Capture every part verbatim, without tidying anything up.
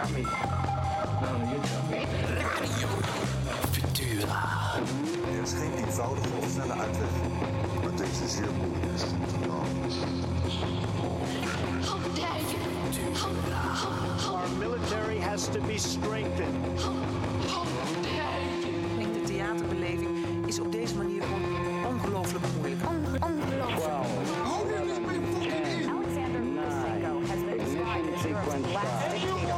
tell me. No, you tell me. Radio Futura. Er is geen eenvoudige of snelle uitweg, maar deze is zeer moeilijk. Our military has to be strengthened. De theaterbeleving is op deze manier gewoon ongelooflijk moeilijk. Ongelooflijk. Alexander Lukashenko has been described as Europe's last dictator.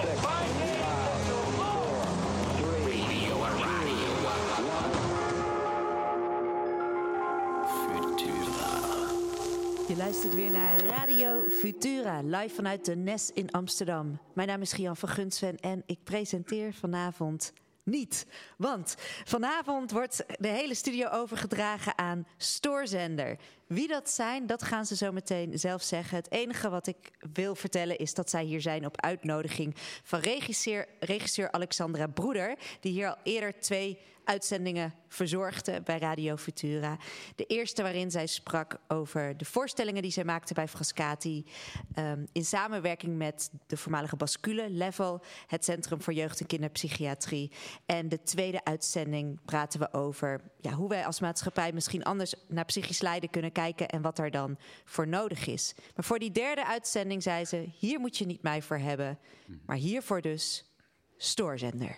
Je luistert weer naar Radio Futura, live vanuit de N E S in Amsterdam. Mijn naam is Gian van Gunsven en ik presenteer vanavond niet. Want vanavond wordt de hele studio overgedragen aan Stoorzender. Wie dat zijn, dat gaan ze zo meteen zelf zeggen. Het enige wat ik wil vertellen is dat zij hier zijn op uitnodiging van regisseur, regisseur Alexandra Broeder, die hier al eerder twee uitzendingen verzorgde bij Radio Futura. De eerste waarin zij sprak over de voorstellingen die zij maakte bij Frascati, Um, in samenwerking met de voormalige Bascule, Level, het Centrum voor Jeugd- en Kinderpsychiatrie. En de tweede uitzending praten we over ja, hoe wij als maatschappij misschien anders naar psychisch lijden kunnen kijken en wat er dan voor nodig is. Maar voor die derde uitzending zei ze, hier moet je niet mij voor hebben, maar hiervoor dus Stoorzender.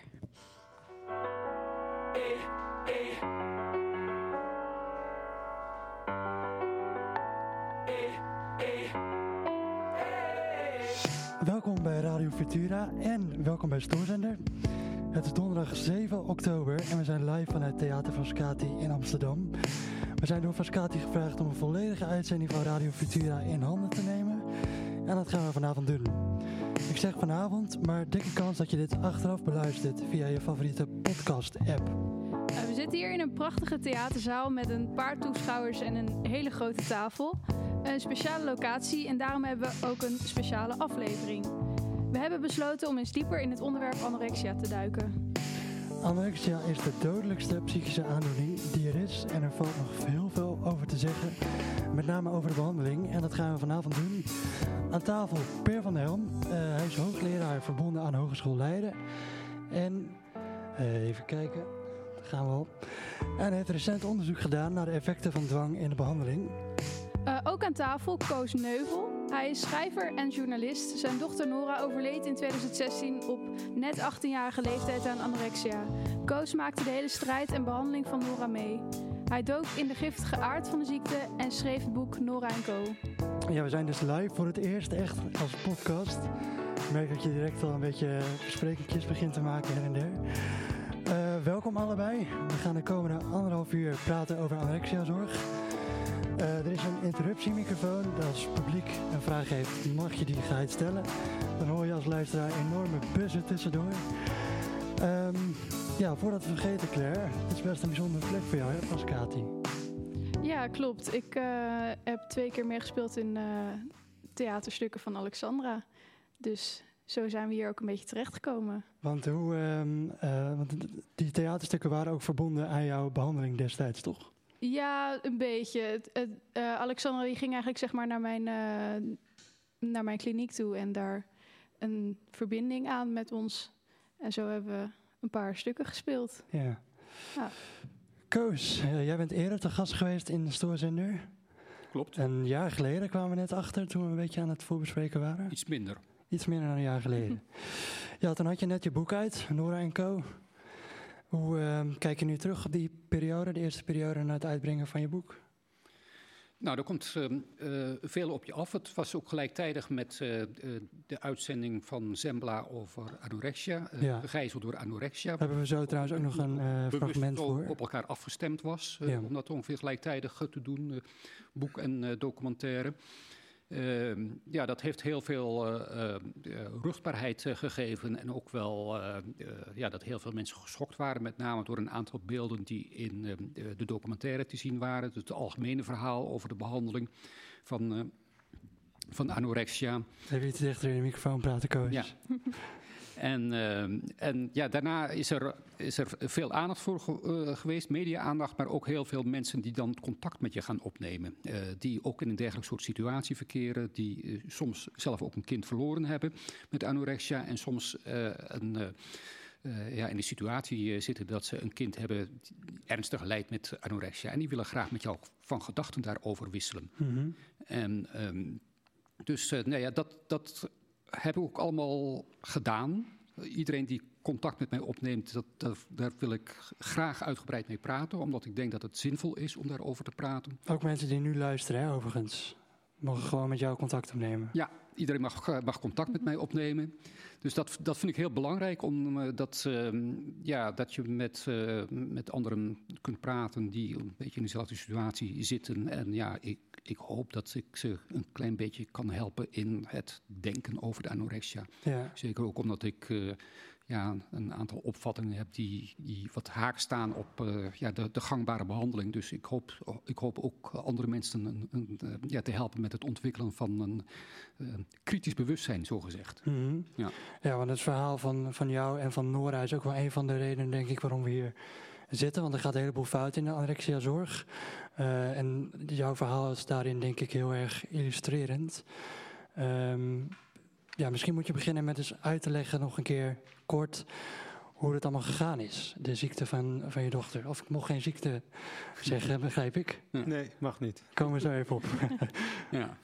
Welkom bij Radio Futura en welkom bij Stoorzender. Het is donderdag zeven oktober en we zijn live vanuit Theater Frascati in Amsterdam. We zijn door Frascati gevraagd om een volledige uitzending van Radio Futura in handen te nemen. En dat gaan we vanavond doen. Ik zeg vanavond, maar dikke kans dat je dit achteraf beluistert via je favoriete podcast-app. Uh, we zitten hier in een prachtige theaterzaal met een paar toeschouwers en een hele grote tafel. Een speciale locatie en daarom hebben we ook een speciale aflevering. We hebben besloten om eens dieper in het onderwerp anorexia te duiken. Anorexia is de dodelijkste psychische aandoening die er is en er valt nog heel veel over te zeggen. Met name over de behandeling en dat gaan we vanavond doen. Aan tafel Per van der Helm, uh, hij is hoogleraar verbonden aan Hogeschool Leiden. En, uh, even kijken, daar gaan we al. En hij heeft recent onderzoek gedaan naar de effecten van dwang in de behandeling. Uh, ook aan tafel Koos Neuvel. Hij is schrijver en journalist. Zijn dochter Nora overleed in twintig zestien op net achttienjarige leeftijd aan anorexia. Koos maakte de hele strijd en behandeling van Nora mee. Hij dook in de giftige aard van de ziekte en schreef het boek Nora en Co. Ja, we zijn dus live voor het eerst echt als podcast. Ik merk dat je direct al een beetje besprekingjes begint te maken her en der. Uh, welkom allebei. We gaan de komende anderhalf uur praten over anorexia-zorg. Uh, er is een interruptiemicrofoon. Als het publiek een vraag heeft, mag je die geheid stellen. Dan hoor je als luisteraar enorme buzzen tussendoor. Um, ja, voordat we vergeten, Claire, het is best een bijzondere plek voor jou, hè, Frascati. Ja, klopt. Ik uh, heb twee keer meegespeeld in uh, theaterstukken van Alexandra. Dus zo zijn we hier ook een beetje terechtgekomen. Want, hoe, um, uh, want die theaterstukken waren ook verbonden aan jouw behandeling destijds, toch? Ja, een beetje. Het, het, uh, Alexandra die ging eigenlijk zeg maar naar mijn, uh, naar mijn kliniek toe en daar een verbinding aan met ons. En zo hebben we een paar stukken gespeeld. Ja. ja. Koos, uh, jij bent eerder te gast geweest in de Stoorzender. Klopt. Een jaar geleden kwamen we net achter toen we een beetje aan het voorbespreken waren. Iets minder. Iets minder dan een jaar geleden. Ja, toen had je net je boek uit, Nora en Co. Hoe uh, kijk je nu terug op die periode, de eerste periode na het uitbrengen van je boek? Nou, er komt uh, uh, veel op je af. Het was ook gelijktijdig met uh, uh, de uitzending van Zembla over anorexia. Uh, ja. Gegijzeld door anorexia. Daar hebben we zo trouwens ook nog een uh, fragment voor. op elkaar afgestemd was. Uh, ja. Om dat ongeveer gelijktijdig te doen. Uh, boek en uh, documentaire. Uh, ja, dat heeft heel veel uh, uh, ruchtbaarheid uh, gegeven en ook wel uh, uh, ja, dat heel veel mensen geschokt waren, met name door een aantal beelden die in uh, de documentaire te zien waren. Dus het algemene verhaal over de behandeling van, uh, van anorexia. Even iets dichter in de microfoon praten, Koos. Ja. En, uh, en ja, daarna is er, is er veel aandacht voor ge- uh, geweest, media-aandacht, maar ook heel veel mensen die dan contact met je gaan opnemen. Uh, die ook in een dergelijk soort situatie verkeren, die uh, soms zelf ook een kind verloren hebben met anorexia en soms uh, een... Uh, Uh, ja, in de situatie uh, zitten dat ze een kind hebben die ernstig lijdt met anorexia. En die willen graag met jou van gedachten daarover wisselen. Mm-hmm. En um, dus uh, nou ja, dat, dat hebben we ook allemaal gedaan. Uh, iedereen die contact met mij opneemt, dat, dat, daar wil ik graag uitgebreid mee praten. Omdat ik denk dat het zinvol is om daarover te praten. Ook mensen die nu luisteren, hè, overigens, mogen gewoon met jou contact opnemen. Ja, iedereen mag, mag contact met mij opnemen. Dus dat, dat vind ik heel belangrijk, omdat uh, ja, dat je met, uh, met anderen kunt praten die een beetje in dezelfde situatie zitten. En ja, ik, ik hoop dat ik ze een klein beetje kan helpen in het denken over de anorexia. Ja. Zeker ook omdat ik uh, ja, een aantal opvattingen heb die, die wat haak staan op uh, ja, de, de gangbare behandeling. Dus ik hoop, ik hoop ook andere mensen een, een, uh, ja, te helpen met het ontwikkelen van een uh, kritisch bewustzijn, zogezegd. Mm-hmm. Ja. Ja, want het verhaal van, van jou en van Nora is ook wel een van de redenen, denk ik, waarom we hier zitten. Want er gaat een heleboel fout in de anorexia-zorg. Uh, en jouw verhaal is daarin, denk ik, heel erg illustrerend. Um, ja, misschien moet je beginnen met eens uit te leggen, nog een keer kort, hoe het allemaal gegaan is. De ziekte van, van je dochter. Of ik mocht geen ziekte zeggen, begrijp ik? Ja. Nee, mag niet. Komen we zo even op. Ja.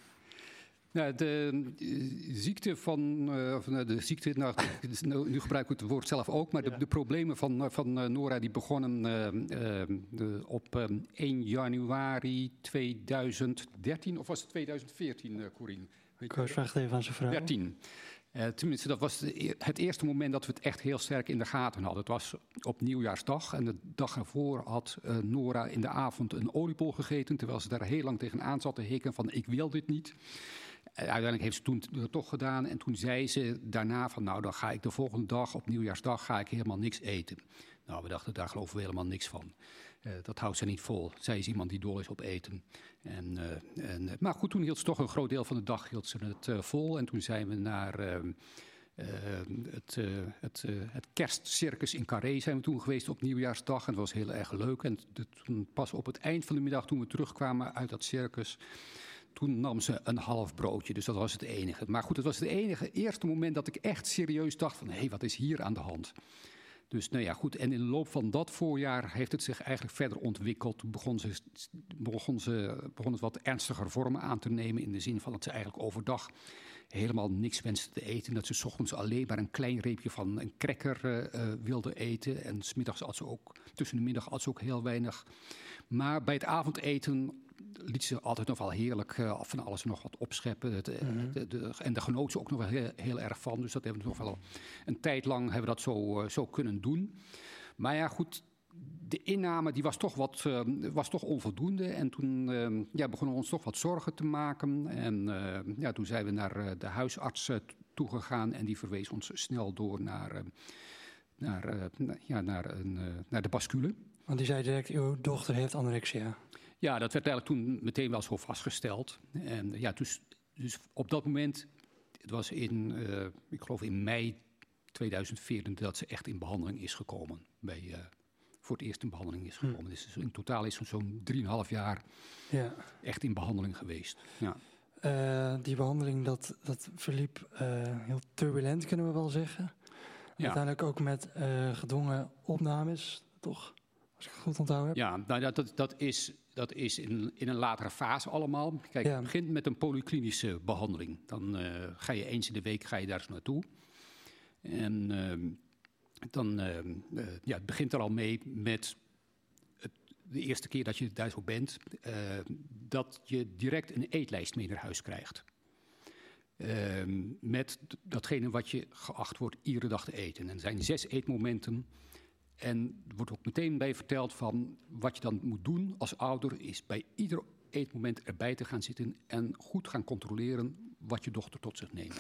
Nou, de uh, ziekte van, uh, of, uh, de ziekte, nou, nu, nu gebruik ik het woord zelf ook, maar de, ja. de problemen van, van uh, Nora die begonnen uh, uh, de, op uh, één januari tweeduizend dertien, of was het tweeduizend veertien, uh, Corine? Koos vraagt even aan zijn vrouw. dertien. Uh, tenminste, dat was de, het eerste moment dat we het echt heel sterk in de gaten hadden. Het was op nieuwjaarsdag en de dag ervoor had uh, Nora in de avond een oliebol gegeten, terwijl ze daar heel lang tegenaan zat te hikken van ik wil dit niet. Uiteindelijk heeft ze toen het toch gedaan en toen zei ze daarna van nou dan ga ik de volgende dag, op nieuwjaarsdag, ga ik helemaal niks eten. Nou, we dachten daar geloven we helemaal niks van. Uh, dat houdt ze niet vol. Zij is iemand die dol is op eten. En, uh, en, maar goed, toen hield ze toch een groot deel van de dag hield ze het uh, vol. En toen zijn we naar uh, uh, het, uh, het, uh, het kerstcircus in Carré zijn we toen geweest op nieuwjaarsdag. En dat was heel erg leuk. En de, toen pas op het eind van de middag, toen we terugkwamen uit dat circus, toen nam ze een half broodje, dus dat was het enige. Maar goed, het was het enige eerste moment dat ik echt serieus dacht van hé, hey, wat is hier aan de hand? Dus nou ja, goed. En in de loop van dat voorjaar heeft het zich eigenlijk verder ontwikkeld. Toen begon ze, begon ze, begon het wat ernstiger vormen aan te nemen. In de zin van dat ze eigenlijk overdag helemaal niks wenste te eten. Dat ze 's ochtends alleen maar een klein reepje van een cracker uh, wilde eten. En 's middags at ze ook, tussen de middag at ze ook heel weinig. Maar bij het avondeten liet ze altijd nog wel heerlijk uh, van alles nog wat opscheppen. Het, mm-hmm. de, de, en daar genoot ze ook nog wel heel, heel erg van. Dus dat hebben we nog wel een tijd lang hebben we dat zo, uh, zo kunnen doen. Maar ja, goed, de inname die was toch, wat, uh, was toch onvoldoende. En toen uh, ja, begonnen we ons toch wat zorgen te maken. En uh, ja, toen zijn we naar uh, de huisarts uh, toegegaan. En die verwees ons snel door naar, uh, naar, uh, ja, naar, een, uh, naar de bascule. Want die zei direct, uw dochter heeft anorexia. Ja, dat werd eigenlijk toen meteen wel zo vastgesteld. En ja, dus, dus op dat moment, het was in, uh, ik geloof in mei tweeduizend veertien dat ze echt in behandeling is gekomen. Bij, uh, voor het eerst in behandeling is gekomen. Hm. Dus in totaal is ze zo'n drieënhalf jaar ja. echt in behandeling geweest. Ja. Uh, die behandeling, dat, dat verliep uh, heel turbulent, kunnen we wel zeggen. Ja. Uiteindelijk ook met uh, gedwongen opnames, toch? Als ik het goed onthouden heb. Ja, nou, dat, dat is, dat is in, in een latere fase allemaal. Kijk, ja. Het begint met een polyklinische behandeling. Dan uh, ga je eens in de week ga je daar eens naartoe. En uh, dan, uh, uh, ja, het begint er al mee met het, de eerste keer dat je daar zo bent, uh, dat je direct een eetlijst mee naar huis krijgt. Uh, met datgene wat je geacht wordt iedere dag te eten. En er zijn zes eetmomenten. En er wordt ook meteen bij verteld van wat je dan moet doen als ouder is bij ieder eetmoment erbij te gaan zitten en goed gaan controleren wat je dochter tot zich neemt.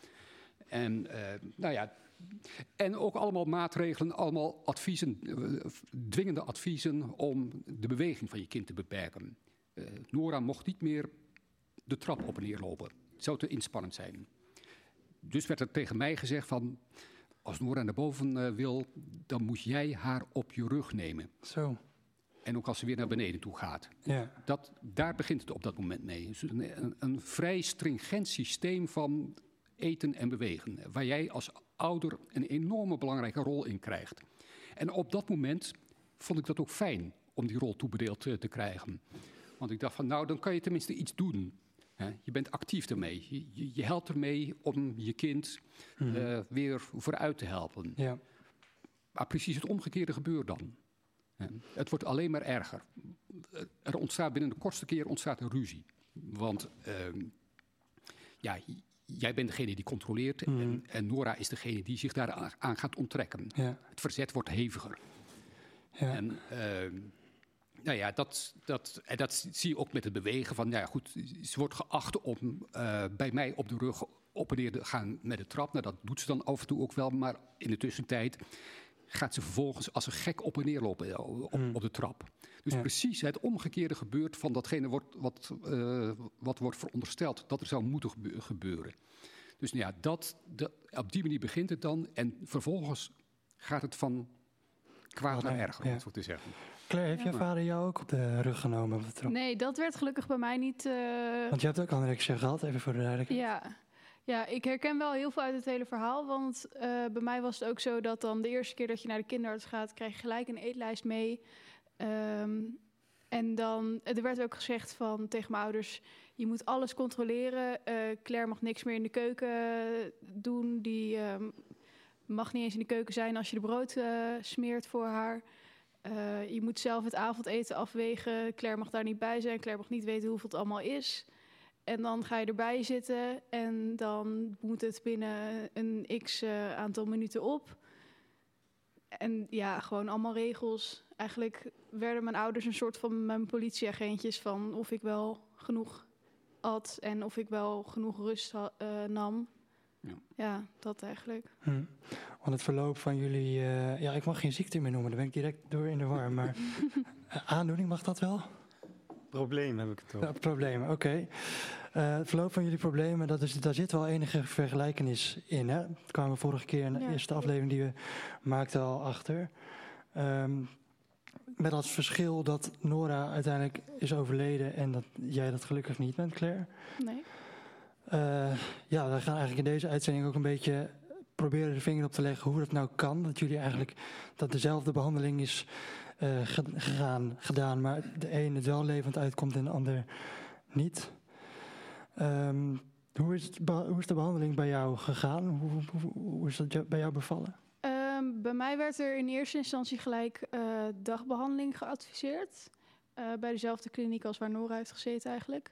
En uh, nou ja, en ook allemaal maatregelen, allemaal adviezen, uh, dwingende adviezen om de beweging van je kind te beperken. Uh, Nora mocht niet meer de trap op en neer lopen. Het zou te inspannend zijn. Dus werd er tegen mij gezegd van, als Nora naar boven uh, wil, dan moet jij haar op je rug nemen. Zo. En ook als ze weer naar beneden toe gaat. Ja. Dat, daar begint het op dat moment mee. Dus een, een, een vrij stringent systeem van eten en bewegen. Waar jij als ouder een enorme belangrijke rol in krijgt. En op dat moment vond ik dat ook fijn om die rol toebedeeld te, te krijgen. Want ik dacht van, nou, dan kan je tenminste iets doen. He, je bent actief ermee. Je, je, je helpt ermee om je kind mm. uh, weer vooruit te helpen. Ja. Maar precies het omgekeerde gebeurt dan. He, het wordt alleen maar erger. Er ontstaat binnen de kortste keer ontstaat een ruzie. Want uh, ja, jij bent degene die controleert. Mm. En, en Nora is degene die zich daar aan gaat onttrekken. Ja. Het verzet wordt heviger. Ja. En... Uh, Nou ja, dat, dat, en dat zie je ook met het bewegen van, nou ja, goed, ze wordt geacht om uh, bij mij op de rug op en neer te gaan met de trap. Nou, dat doet ze dan af en toe ook wel, maar in de tussentijd gaat ze vervolgens als een gek op en neer lopen op, mm. op de trap. Dus ja. precies het omgekeerde gebeurt van datgene wordt, wat, uh, wat wordt verondersteld dat er zou moeten gebeuren. Dus nou ja, dat, dat, op die manier begint het dan en vervolgens gaat het van kwaad naar erger, om het zo te zeggen. Claire, heeft ja. jouw vader jou ook op de rug genomen op de trap? Nee, dat werd gelukkig bij mij niet... Uh... Want je hebt ook anorexia gehad, even voor de duidelijkheid. Ja. ja, ik herken wel heel veel uit het hele verhaal. Want uh, bij mij was het ook zo dat dan de eerste keer dat je naar de kinderarts gaat, krijg je gelijk een eetlijst mee. Um, en dan, er werd ook gezegd van tegen mijn ouders, je moet alles controleren. Uh, Claire mag niks meer in de keuken doen. Die uh, mag niet eens in de keuken zijn als je de brood uh, smeert voor haar. Uh, je moet zelf het avondeten afwegen. Claire mag daar niet bij zijn. Claire mag niet weten hoeveel het allemaal is. En dan ga je erbij zitten en dan moet het binnen een x uh, aantal minuten op. En ja, gewoon allemaal regels. Eigenlijk werden mijn ouders een soort van mijn politieagentjes van of ik wel genoeg at en of ik wel genoeg rust ha- uh, nam. Ja. ja, dat eigenlijk. Hm. Want het verloop van jullie... Uh, ja, ik mag geen ziekte meer noemen, daar ben ik direct door in de war. Maar uh, aandoening, mag dat wel? Probleem heb ik het over. Ja, problemen, oké. Okay. Uh, het verloop van jullie problemen, dat is, daar zit wel enige vergelijkenis in. Hè? Dat kwamen we vorige keer in de ja. eerste aflevering die we maakten al achter. Um, met als verschil dat Nora uiteindelijk is overleden en dat jij dat gelukkig niet bent, Claire. Nee. Uh, ja, we gaan eigenlijk in deze uitzending ook een beetje proberen de vinger op te leggen hoe dat nou kan. Dat jullie eigenlijk, dat dezelfde behandeling is uh, gegaan, gedaan, maar de een het wel levend uitkomt en de ander niet. Um, hoe, is het, hoe is de behandeling bij jou gegaan? Hoe, hoe, hoe is dat bij jou bevallen? Um, bij mij werd er in eerste instantie gelijk uh, dagbehandeling geadviseerd. Uh, bij dezelfde kliniek als waar Nora heeft gezeten eigenlijk.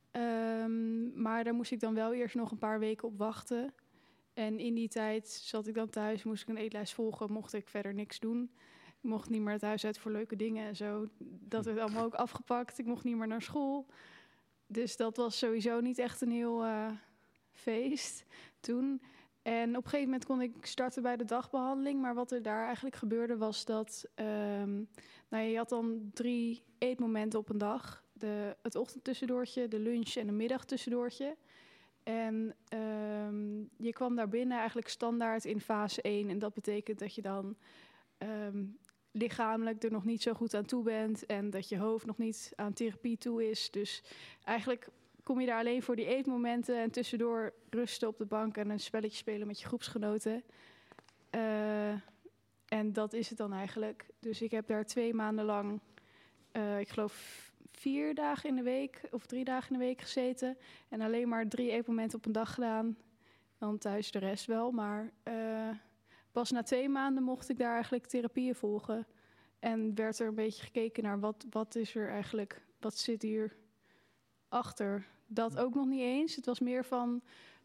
Um, maar daar moest ik dan wel eerst nog een paar weken op wachten. En in die tijd zat ik dan thuis, moest ik een eetlijst volgen, mocht ik verder niks doen. Ik mocht niet meer het huis uit voor leuke dingen en zo. Dat werd allemaal ook afgepakt. Ik mocht niet meer naar school. Dus dat was sowieso niet echt een heel uh, feest toen. En op een gegeven moment kon ik starten bij de dagbehandeling. Maar wat er daar eigenlijk gebeurde was dat... Um, nou, je had dan drie eetmomenten op een dag. De, het ochtendtussendoortje, de lunch en een middagtussendoortje. En um, je kwam daar binnen eigenlijk standaard in fase één. En dat betekent dat je dan um, lichamelijk er nog niet zo goed aan toe bent. En dat je hoofd nog niet aan therapie toe is. Dus eigenlijk kom je daar alleen voor die eetmomenten. En tussendoor rusten op de bank en een spelletje spelen met je groepsgenoten. Uh, en dat is het dan eigenlijk. Dus ik heb daar twee maanden lang, uh, ik geloof vier dagen in de week of drie dagen in de week gezeten. En alleen maar drie eetmomenten op een dag gedaan. Dan thuis de rest wel. Maar uh, pas na twee maanden mocht ik daar eigenlijk therapieën volgen. En werd er een beetje gekeken naar wat, wat is er eigenlijk, wat zit hier achter. Dat ook nog niet eens. Het was meer van,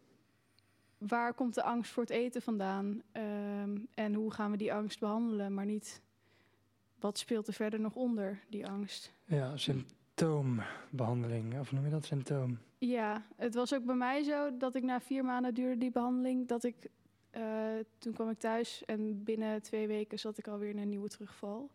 waar komt de angst voor het eten vandaan? Um, en hoe gaan we die angst behandelen? Maar niet, wat speelt er verder nog onder, die angst? Ja, symptoombehandeling. Of noem je dat, symptoom? Ja, het was ook bij mij zo dat ik na vier maanden duurde die behandeling. Dat ik, uh, toen kwam ik thuis en binnen twee weken zat ik alweer in een nieuwe terugval.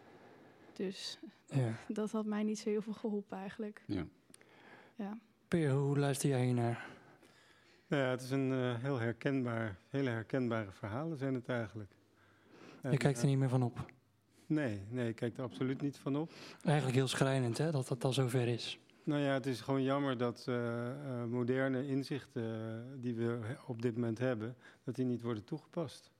Dus ja. Dat had mij niet zo heel veel geholpen eigenlijk. Ja. Ja. Peer, hoe luister jij hier naar? Nou ja, het is een uh, heel herkenbaar, hele herkenbare verhalen zijn het eigenlijk. Je kijkt er niet meer van op? Nee, nee, ik kijk er absoluut niet van op. Eigenlijk heel schrijnend, hè, dat dat al zover is. Nou ja, het is gewoon jammer dat uh, uh, moderne inzichten uh, die we op dit moment hebben, dat die niet worden toegepast.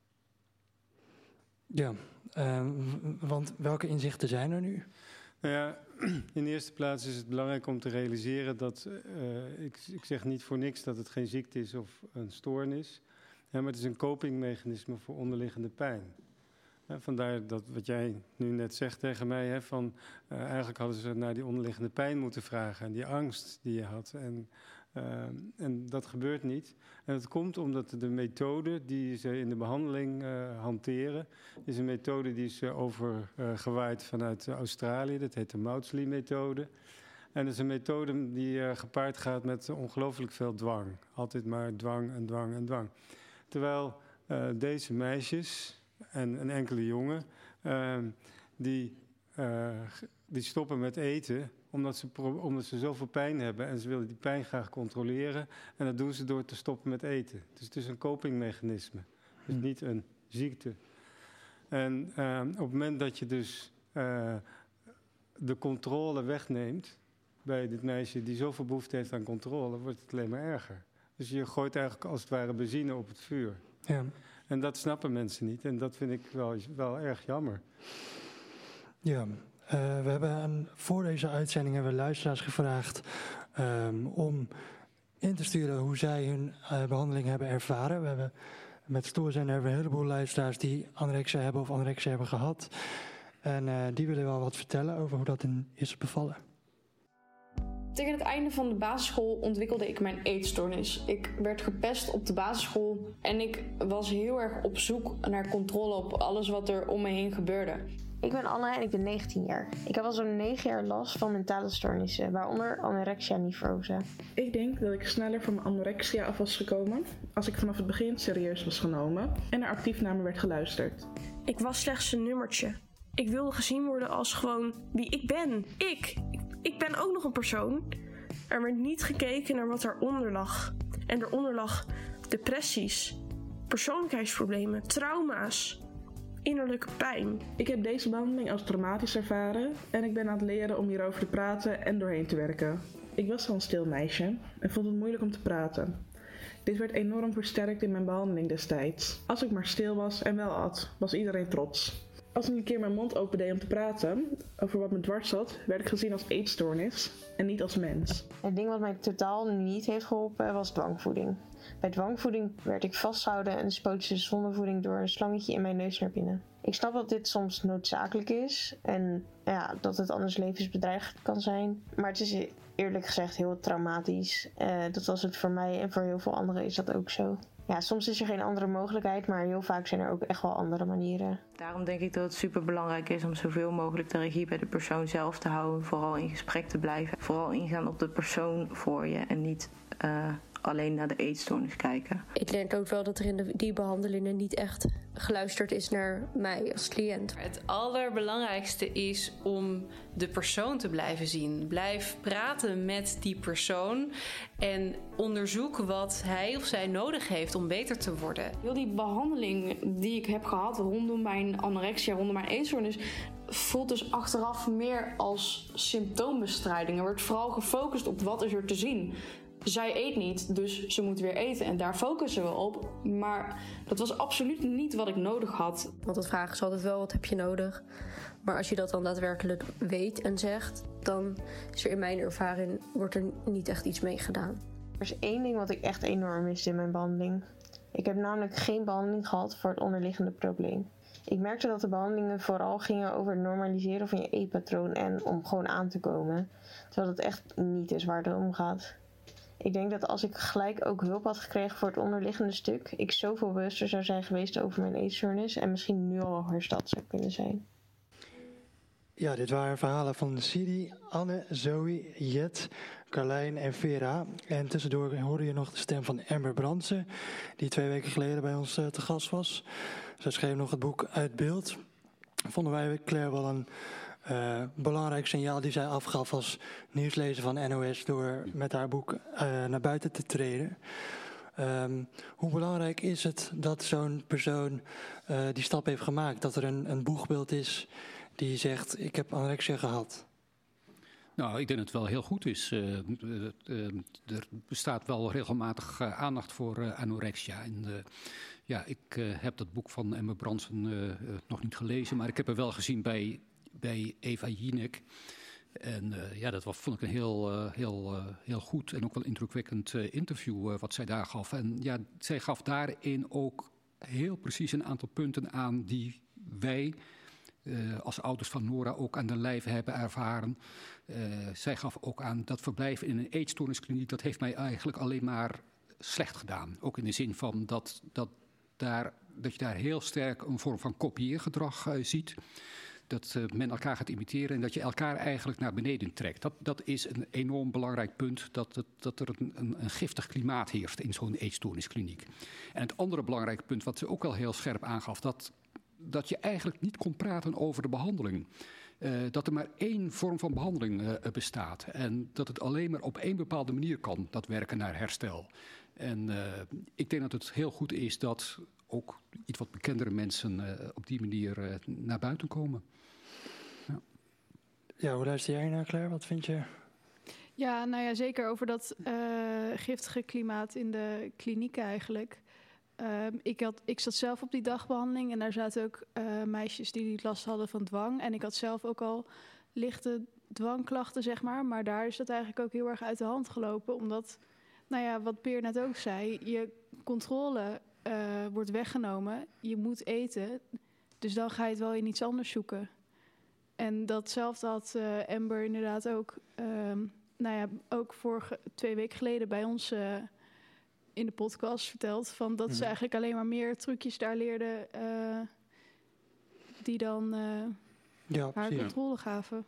Ja, uh, want welke inzichten zijn er nu? Nou ja, in de eerste plaats is het belangrijk om te realiseren dat, uh, ik, ik zeg niet voor niks dat het geen ziekte is of een stoornis, hè, maar het is een copingmechanisme voor onderliggende pijn. Hè, vandaar dat wat jij nu net zegt tegen mij, hè, van uh, eigenlijk hadden ze naar die onderliggende pijn moeten vragen en die angst die je had. En, uh, en dat gebeurt niet. En dat komt omdat de methode die ze in de behandeling uh, hanteren, is een methode die is uh, overgewaaid uh, vanuit uh, Australië. Dat heet de Maudsley-methode. En dat is een methode die uh, gepaard gaat met ongelooflijk veel dwang. Altijd maar dwang en dwang en dwang. Terwijl uh, deze meisjes en een enkele jongen, uh, die, uh, die stoppen met eten omdat ze, omdat ze zoveel pijn hebben en ze willen die pijn graag controleren. En dat doen ze door te stoppen met eten. Dus het is een copingmechanisme. Dus hmm. niet een ziekte. En uh, op het moment dat je dus uh, de controle wegneemt bij dit meisje die zoveel behoefte heeft aan controle, wordt het alleen maar erger. Dus je gooit eigenlijk als het ware benzine op het vuur. Ja. En dat snappen mensen niet. En dat vind ik wel, wel erg jammer. Ja. Uh, we hebben een, voor deze uitzending hebben we luisteraars gevraagd um, om in te sturen hoe zij hun uh, behandeling hebben ervaren. We hebben met Stoorzender hebben we een heleboel luisteraars die anorexia hebben of anorexia hebben gehad. En uh, die willen wel wat vertellen over hoe dat in is bevallen. Tegen het einde van de basisschool ontwikkelde ik mijn eetstoornis. Ik werd gepest op de basisschool en ik was heel erg op zoek naar controle op alles wat er om me heen gebeurde. Ik ben Anne en ik ben negentien jaar. Ik heb al zo'n negen jaar last van mentale stoornissen, waaronder anorexia-nevroze. Ik denk dat ik sneller van mijn anorexia af was gekomen als ik vanaf het begin serieus was genomen en er actief naar me werd geluisterd. Ik was slechts een nummertje. Ik wilde gezien worden als gewoon wie ik ben. Ik! Ik ben ook nog een persoon. Er werd niet gekeken naar wat eronder lag. En eronder lag depressies, persoonlijkheidsproblemen, trauma's, innerlijke pijn. Ik heb deze behandeling als traumatisch ervaren en ik ben aan het leren om hierover te praten en doorheen te werken. Ik was al een stil meisje en vond het moeilijk om te praten. Dit werd enorm versterkt in mijn behandeling destijds. Als ik maar stil was en wel at, was iedereen trots. Als ik een keer mijn mond opende om te praten over wat me dwars zat, werd ik gezien als eetstoornis en niet als mens. Het ding wat mij totaal niet heeft geholpen was dwangvoeding. Bij dwangvoeding werd ik vastgehouden en spoot ze zonder voeding door een slangetje in mijn neus naar binnen. Ik snap dat dit soms noodzakelijk is en ja, dat het anders levensbedreigend kan zijn. Maar het is eerlijk gezegd heel traumatisch. Uh, dat was het voor mij en voor heel veel anderen is dat ook zo. Ja, soms is er geen andere mogelijkheid, maar heel vaak zijn er ook echt wel andere manieren. Daarom denk ik dat het super belangrijk is om zoveel mogelijk de regie bij de persoon zelf te houden. Vooral in gesprek te blijven. Vooral ingaan op de persoon voor je en niet uh, alleen naar de eetstoornis kijken. Ik denk ook wel dat er in de, die behandelingen niet echt geluisterd is naar mij als cliënt. Het allerbelangrijkste is om de persoon te blijven zien. Blijf praten met die persoon en onderzoek wat hij of zij nodig heeft om beter te worden. Heel die behandeling die ik heb gehad rondom mijn anorexia, rondom mijn eetstoornis, voelt dus achteraf meer als symptoombestrijding. Er wordt vooral gefocust op wat is er te zien. Zij eet niet, dus ze moet weer eten. En daar focussen we op. Maar dat was absoluut niet wat ik nodig had. Want dat vragen ze altijd wel, wat heb je nodig? Maar als je dat dan daadwerkelijk weet en zegt, dan is er in mijn ervaring wordt er niet echt iets mee gedaan. Er is één ding wat ik echt enorm miste in mijn behandeling. Ik heb namelijk geen behandeling gehad voor het onderliggende probleem. Ik merkte dat de behandelingen vooral gingen over het normaliseren van je eetpatroon en om gewoon aan te komen. Terwijl dat echt niet is waar het om gaat. Ik denk dat als ik gelijk ook hulp had gekregen voor het onderliggende stuk, ik zoveel bewuster zou zijn geweest over mijn eetstoornis en misschien nu al hersteld zou kunnen zijn. Ja, dit waren verhalen van Siri, Anne, Zoe, Jet, Carlijn en Vera. En tussendoor hoorde je nog de stem van Amber Brandsen, die twee weken geleden bij ons uh, te gast was. Zij schreef nog het boek Uit Beeld. Vonden wij Claire wel een uh, belangrijk signaal die zij afgaf als nieuwslezer van N O S door met haar boek uh, naar buiten te treden. Um, hoe belangrijk is het dat zo'n persoon uh, die stap heeft gemaakt? Dat er een, een boegbeeld is die zegt, ik heb anorexia gehad. Nou, ik denk dat het wel heel goed is. Uh, uh, uh, er bestaat wel regelmatig uh, aandacht voor uh, anorexia. En, uh, ja, ik uh, heb dat boek van Emma Branson uh, uh, nog niet gelezen, maar ik heb er wel gezien bij, bij Eva Jinek. En uh, ja, dat was, vond ik een heel, uh, heel, uh, heel goed en ook wel indrukwekkend uh, interview uh, wat zij daar gaf. En ja, zij gaf daarin ook heel precies een aantal punten aan die wij uh, als ouders van Nora ook aan de lijve hebben ervaren. Uh, zij gaf ook aan dat verblijven in een eetstoorniskliniek, dat heeft mij eigenlijk alleen maar slecht gedaan. Ook in de zin van dat, dat, daar, dat je daar heel sterk een vorm van kopieergedrag uh, ziet. Dat uh, men elkaar gaat imiteren en dat je elkaar eigenlijk naar beneden trekt. Dat, dat is een enorm belangrijk punt, dat, het, dat er een, een, een giftig klimaat heerst in zo'n eetstoorniskliniek. En het andere belangrijke punt, wat ze ook wel heel scherp aangaf, dat, dat je eigenlijk niet kon praten over de behandeling. Uh, dat er maar één vorm van behandeling uh, bestaat. En dat het alleen maar op één bepaalde manier kan, dat werken naar herstel. En uh, ik denk dat het heel goed is dat ook iets wat bekendere mensen uh, op die manier uh, naar buiten komen. Ja. Ja, hoe luister jij naar, Claire? Wat vind je? Ja, nou ja, zeker over dat uh, giftige klimaat in de kliniek eigenlijk. Uh, ik, had, ik zat zelf op die dagbehandeling en daar zaten ook uh, meisjes die last hadden van dwang. En ik had zelf ook al lichte dwangklachten, zeg maar. Maar daar is dat eigenlijk ook heel erg uit de hand gelopen. Omdat, nou ja, wat Peer net ook zei, je controle uh, wordt weggenomen. Je moet eten, dus dan ga je het wel in iets anders zoeken. En datzelfde had uh, Amber inderdaad ook, uh, nou ja, ook vorige, twee weken geleden bij ons Uh, in de podcast verteld, van dat mm. ze eigenlijk alleen maar meer trucjes daar leerden uh, die dan uh, ja, haar controle gaven.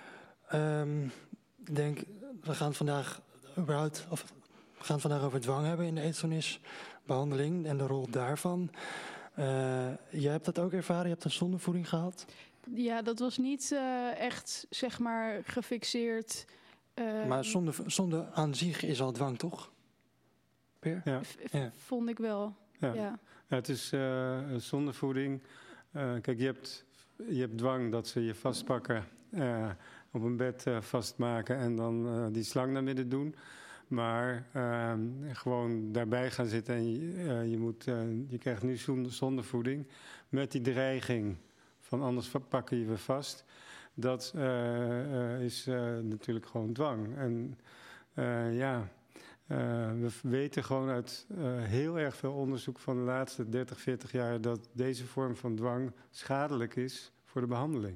Um, ik denk, we gaan vandaag überhaupt, of we gaan vandaag over dwang hebben in de eetstoornisbehandeling en de rol daarvan. Uh, jij hebt dat ook ervaren, je hebt een zondevoeding gehad? Ja, dat was niet uh, echt, zeg maar, gefixeerd. Uh, maar zonde, zonde aan zich is al dwang, toch? Ja. Ja. Vond ik wel, ja. ja. ja het is uh, zondevoeding. Uh, kijk, je hebt, je hebt dwang dat ze je vastpakken, uh, op een bed uh, vastmaken en dan uh, die slang naar midden doen. Maar uh, gewoon daarbij gaan zitten en je, uh, je, moet, uh, je krijgt nu zondevoeding met die dreiging van anders pakken je we vast. Dat uh, uh, is uh, natuurlijk gewoon dwang. En uh, ja... Uh, we weten gewoon uit uh, heel erg veel onderzoek van de laatste dertig, veertig jaar dat deze vorm van dwang schadelijk is voor de behandeling.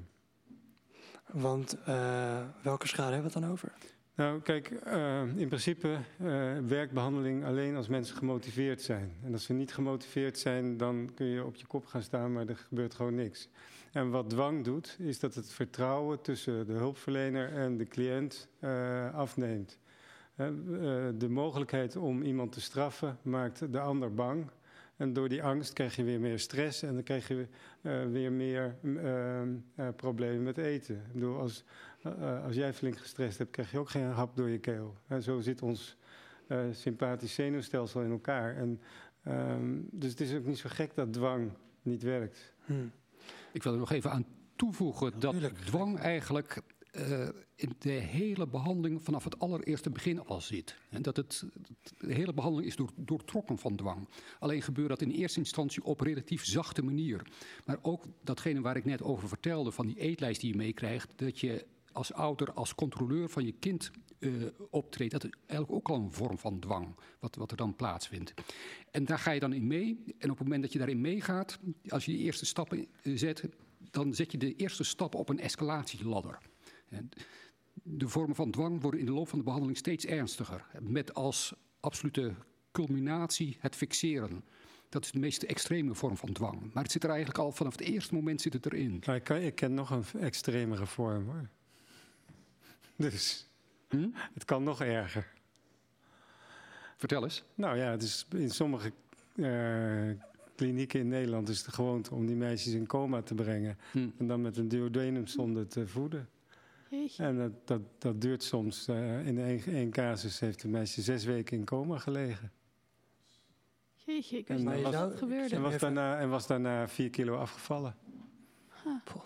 Want uh, welke schade hebben we het dan over? Nou, kijk, uh, in principe uh, werkt behandeling alleen als mensen gemotiveerd zijn. En als ze niet gemotiveerd zijn, dan kun je op je kop gaan staan, maar er gebeurt gewoon niks. En wat dwang doet, is dat het vertrouwen tussen de hulpverlener en de cliënt uh, afneemt. De mogelijkheid om iemand te straffen maakt de ander bang. En door die angst krijg je weer meer stress en dan krijg je uh, weer meer uh, uh, problemen met eten. Ik bedoel, als, uh, als jij flink gestrest hebt, krijg je ook geen hap door je keel. En zo zit ons uh, sympathisch zenuwstelsel in elkaar. En, uh, dus het is ook niet zo gek dat dwang niet werkt. Hmm. Ik wil er nog even aan toevoegen dat Tuurlijk. dwang eigenlijk Uh, in de hele behandeling vanaf het allereerste begin al zit. En dat het, de hele behandeling is door, doortrokken van dwang. Alleen gebeurt dat in eerste instantie op relatief zachte manier. Maar ook datgene waar ik net over vertelde, van die eetlijst die je meekrijgt, dat je als ouder, als controleur van je kind uh, optreedt, dat is eigenlijk ook al een vorm van dwang, wat, wat er dan plaatsvindt. En daar ga je dan in mee. En op het moment dat je daarin meegaat, als je die eerste stappen zet, dan zet je de eerste stap op een escalatieladder. De vormen van dwang worden in de loop van de behandeling steeds ernstiger. Met als absolute culminatie het fixeren. Dat is de meest extreme vorm van dwang. Maar het zit er eigenlijk al vanaf het eerste moment zit het erin. Maar ik, kan, ik ken nog een extremere vorm, hoor. Dus hm? Het kan nog erger. Vertel eens. Nou ja, het is in sommige uh, klinieken in Nederland is de gewoonte om die meisjes in coma te brengen. Hm. En dan met een duodenumzonde te voeden. En dat, dat, dat duurt soms, uh, in één, één casus heeft de meisje zes weken in coma gelegen. Jeetje, ik En, wist eh, niet dat was, dat gebeurde. en, was daarna, en was daarna vier kilo afgevallen. Huh.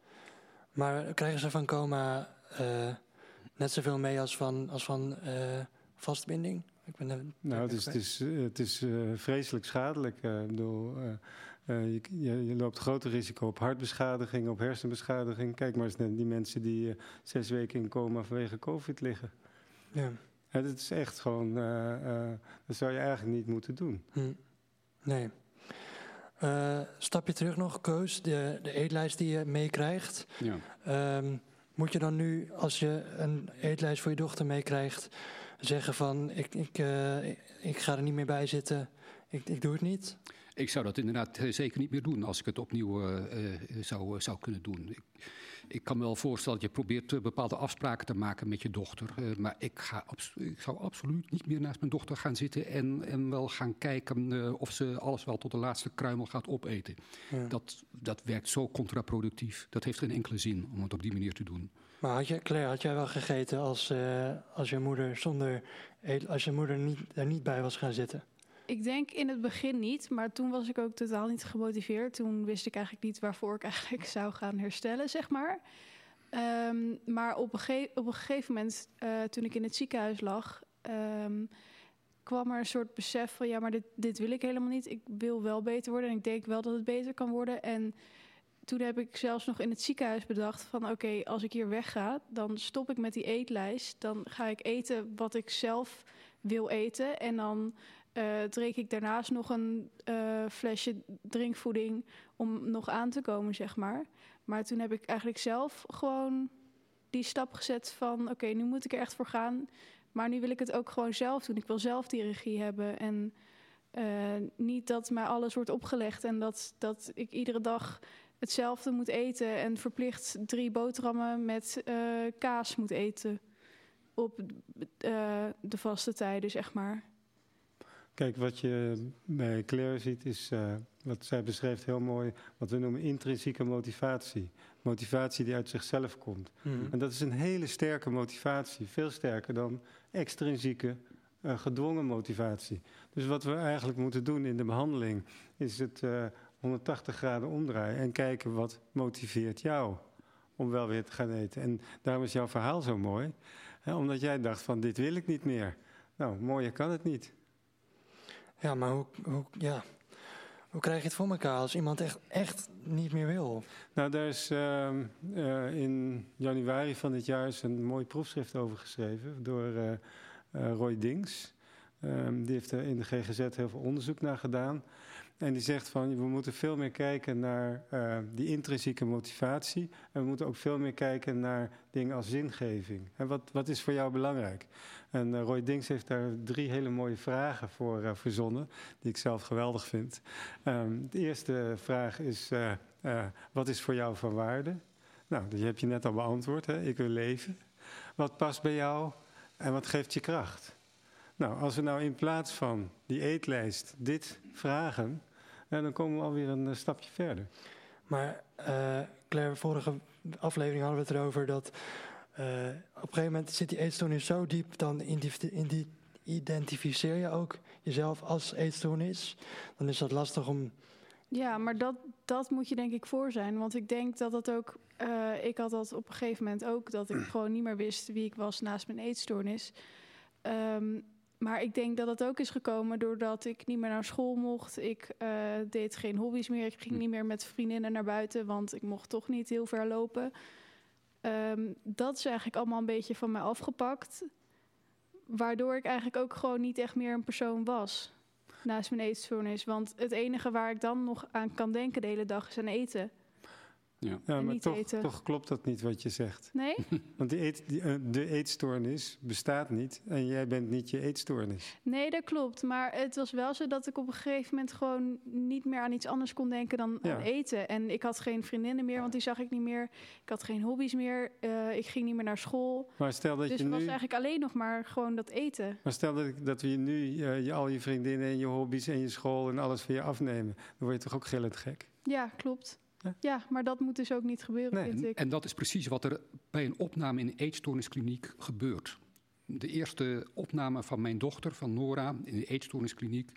Maar krijgen ze van coma uh, net zoveel mee als van, als van uh, vastbinding? Ik ben, uh, nou, het is, het is, uh, het is uh, vreselijk schadelijk. Uh, ik bedoel, uh, uh, je, je, je loopt groter risico op hartbeschadiging, op hersenbeschadiging. Kijk maar eens naar die mensen die uh, zes weken in coma vanwege COVID liggen. Ja. Ja, dat is echt gewoon, uh, uh, dat zou je eigenlijk niet moeten doen. Hm. Nee. Uh, stapje terug nog, Koos, de, de eetlijst die je meekrijgt. Ja. Um, moet je dan nu, als je een eetlijst voor je dochter meekrijgt, zeggen van ik, ik, uh, ik, ik ga er niet meer bij zitten, ik, ik doe het niet? Ik zou dat inderdaad zeker niet meer doen als ik het opnieuw uh, uh, zou, zou kunnen doen. Ik, ik kan me wel voorstellen dat je probeert uh, bepaalde afspraken te maken met je dochter. Uh, maar ik, ga abso- ik zou absoluut niet meer naast mijn dochter gaan zitten en, en wel gaan kijken uh, of ze alles wel tot de laatste kruimel gaat opeten. Ja. Dat, dat werkt zo contraproductief. Dat heeft geen enkele zin om het op die manier te doen. Maar had je, Claire, had jij wel gegeten als, uh, als je moeder zonder eet, als je moeder niet, er niet bij was gaan zitten? Ik denk in het begin niet, maar toen was ik ook totaal niet gemotiveerd. Toen wist ik eigenlijk niet waarvoor ik eigenlijk zou gaan herstellen, zeg maar. Um, maar op een, ge- op een gegeven moment, uh, toen ik in het ziekenhuis lag, um, kwam er een soort besef van ja, maar dit, dit wil ik helemaal niet. Ik wil wel beter worden en ik denk wel dat het beter kan worden. En toen heb ik zelfs nog in het ziekenhuis bedacht van oké, okay, als ik hier wegga, dan stop ik met die eetlijst. Dan ga ik eten wat ik zelf wil eten en dan Uh, drink ik daarnaast nog een uh, flesje drinkvoeding om nog aan te komen, zeg maar. Maar toen heb ik eigenlijk zelf gewoon die stap gezet van oké, okay, nu moet ik er echt voor gaan. Maar nu wil ik het ook gewoon zelf doen. Ik wil zelf die regie hebben. En uh, niet dat mij alles wordt opgelegd en dat, dat ik iedere dag hetzelfde moet eten en verplicht drie boterhammen met uh, kaas moet eten op uh, de vaste tijden, zeg maar. Kijk, wat je bij Claire ziet is, uh, wat zij beschrijft heel mooi, wat we noemen intrinsieke motivatie. Motivatie die uit zichzelf komt. Mm-hmm. En dat is een hele sterke motivatie, veel sterker dan extrinsieke, uh, gedwongen motivatie. Dus wat we eigenlijk moeten doen in de behandeling is het uh, honderdtachtig graden omdraaien en kijken wat motiveert jou om wel weer te gaan eten. En daarom is jouw verhaal zo mooi, hè, omdat jij dacht van dit wil ik niet meer. Nou, mooier kan het niet. Ja, maar hoe, hoe, ja. hoe krijg je het voor elkaar als iemand echt, echt niet meer wil? Nou, daar is uh, uh, in januari van dit jaar is een mooi proefschrift over geschreven door uh, uh, Roy Dings. Um, die heeft er in de G G Z heel veel onderzoek naar gedaan. En die zegt van, we moeten veel meer kijken naar uh, die intrinsieke motivatie. En we moeten ook veel meer kijken naar dingen als zingeving. En wat, wat is voor jou belangrijk? En uh, Roy Dings heeft daar drie hele mooie vragen voor uh, verzonnen, die ik zelf geweldig vind. Um, de eerste vraag is, uh, uh, wat is voor jou van waarde? Nou, die heb je net al beantwoord, hè? Ik wil leven. Wat past bij jou en wat geeft je kracht? Nou, als we nou in plaats van die eetlijst dit vragen, eh, dan komen we alweer een uh, stapje verder. Maar uh, Claire, vorige aflevering hadden we het erover dat uh, op een gegeven moment zit die eetstoornis zo diep, dan identificeer je ook jezelf als eetstoornis. Dan is dat lastig om... Ja, maar dat, dat moet je denk ik voor zijn. Want ik denk dat dat ook... Uh, ik had dat op een gegeven moment ook, dat ik gewoon niet meer wist wie ik was naast mijn eetstoornis. Um, Maar ik denk dat het ook is gekomen doordat ik niet meer naar school mocht. Ik uh, deed geen hobby's meer. Ik ging niet meer met vriendinnen naar buiten, want ik mocht toch niet heel ver lopen. Um, dat is eigenlijk allemaal een beetje van mij afgepakt. Waardoor ik eigenlijk ook gewoon niet echt meer een persoon was naast mijn eetstoornis. Want het enige waar ik dan nog aan kan denken de hele dag is aan eten. Ja, ja maar toch, toch klopt dat niet wat je zegt. Nee? Want die eet, die, uh, de eetstoornis bestaat niet en jij bent niet je eetstoornis. Nee, dat klopt. Maar het was wel zo dat ik op een gegeven moment gewoon niet meer aan iets anders kon denken dan ja. aan eten. En ik had geen vriendinnen meer, want die zag ik niet meer. Ik had geen hobby's meer. Uh, ik ging niet meer naar school. Maar stel dat dus je het nu... was eigenlijk alleen nog maar gewoon dat eten. Maar stel dat, dat we je nu uh, je, al je vriendinnen en je hobby's en je school en alles van je afnemen. Dan word je toch ook gillend gek? Ja, klopt. Ja, maar dat moet dus ook niet gebeuren, nee, vind ik. En dat is precies wat er bij een opname in een eetstoorniskliniek gebeurt. De eerste opname van mijn dochter, van Nora, in de eetstoorniskliniek,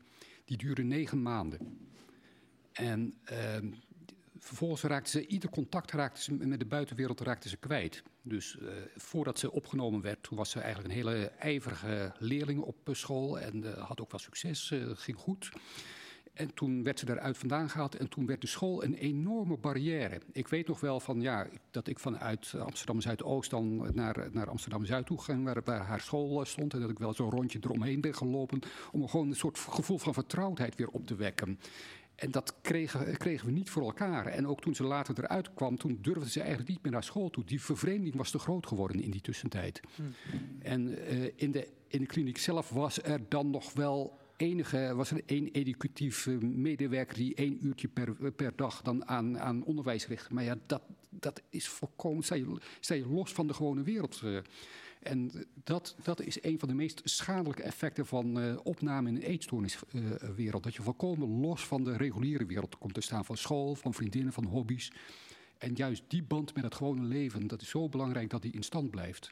Die duurde negen maanden. En uh, vervolgens raakte ze, ieder contact raakte ze met de buitenwereld raakte ze kwijt. Dus uh, voordat ze opgenomen werd, toen was ze eigenlijk een hele ijverige leerling op school. En uh, had ook wel succes, uh, ging goed. En toen werd ze eruit vandaan gehaald en toen werd de school een enorme barrière. Ik weet nog wel van, ja, dat ik vanuit Amsterdam Zuidoost dan naar, naar Amsterdam Zuid toe ging, waar, waar haar school stond. En dat ik wel zo'n rondje eromheen ben gelopen om gewoon een soort gevoel van vertrouwdheid weer op te wekken. En dat kregen, kregen we niet voor elkaar. En ook toen ze later eruit kwam, toen durfde ze eigenlijk niet meer naar school toe. Die vervreemding was te groot geworden in die tussentijd. Hmm. En uh, in, de, in de kliniek zelf was er dan nog wel enige, was er één educatieve medewerker die één uurtje per, per dag dan aan, aan onderwijs richtte. Maar ja, dat, dat is volkomen, sta je, sta je los van de gewone wereld. Uh, En dat, dat is een van de meest schadelijke effecten van uh, opname in een eetstoorniswereld. Uh, dat je volkomen los van de reguliere wereld komt te staan. Van school, van vriendinnen, van hobby's. En juist die band met het gewone leven, dat is zo belangrijk dat die in stand blijft.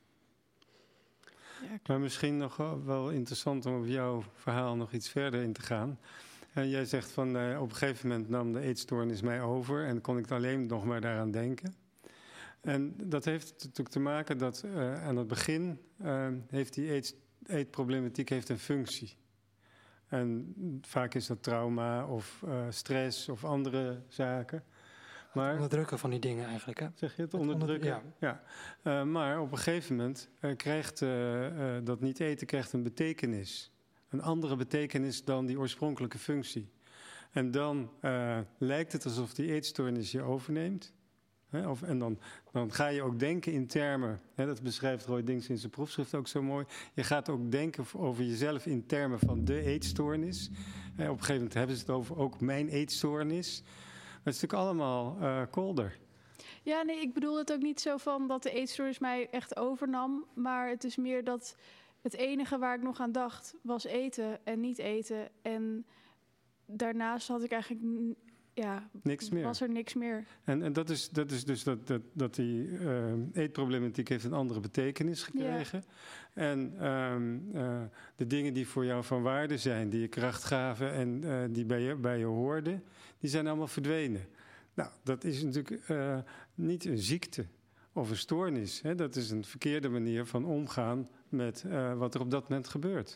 Ja, maar misschien nog wel interessant om op jouw verhaal nog iets verder in te gaan. En jij zegt van uh, op een gegeven moment nam de eetstoornis mij over en kon ik alleen nog maar daaraan denken. En dat heeft natuurlijk te maken dat uh, aan het begin uh, heeft die eet, eetproblematiek heeft een functie. En vaak is dat trauma of uh, stress of andere zaken. Maar, het onderdrukken van die dingen eigenlijk, hè? Zeg je het? het onderdrukken? Onder, ja. ja. Uh, maar op een gegeven moment uh, krijgt uh, uh, dat niet eten krijgt een betekenis. Een andere betekenis dan die oorspronkelijke functie. En dan uh, lijkt het alsof die eetstoornis je overneemt. He, of, en dan, dan ga je ook denken in termen, he, dat beschrijft Roy Dings in zijn proefschrift ook zo mooi. Je gaat ook denken over jezelf in termen van de eetstoornis. He, op een gegeven moment hebben ze het over ook mijn eetstoornis. Maar het is natuurlijk allemaal uh, kolder. Ja, nee, ik bedoel het ook niet zo van dat de eetstoornis mij echt overnam. Maar het is meer dat het enige waar ik nog aan dacht was eten en niet eten. En daarnaast had ik eigenlijk... Ja, niks meer. Was er niks meer. En, en dat, is, dat is dus dat, dat, dat die uh, eetproblematiek heeft een andere betekenis gekregen. Ja. En um, uh, de dingen die voor jou van waarde zijn, die je kracht gaven en uh, die bij je, bij je hoorden, die zijn allemaal verdwenen. Nou, dat is natuurlijk uh, niet een ziekte of een stoornis. Hè? Dat is een verkeerde manier van omgaan met uh, wat er op dat moment gebeurt.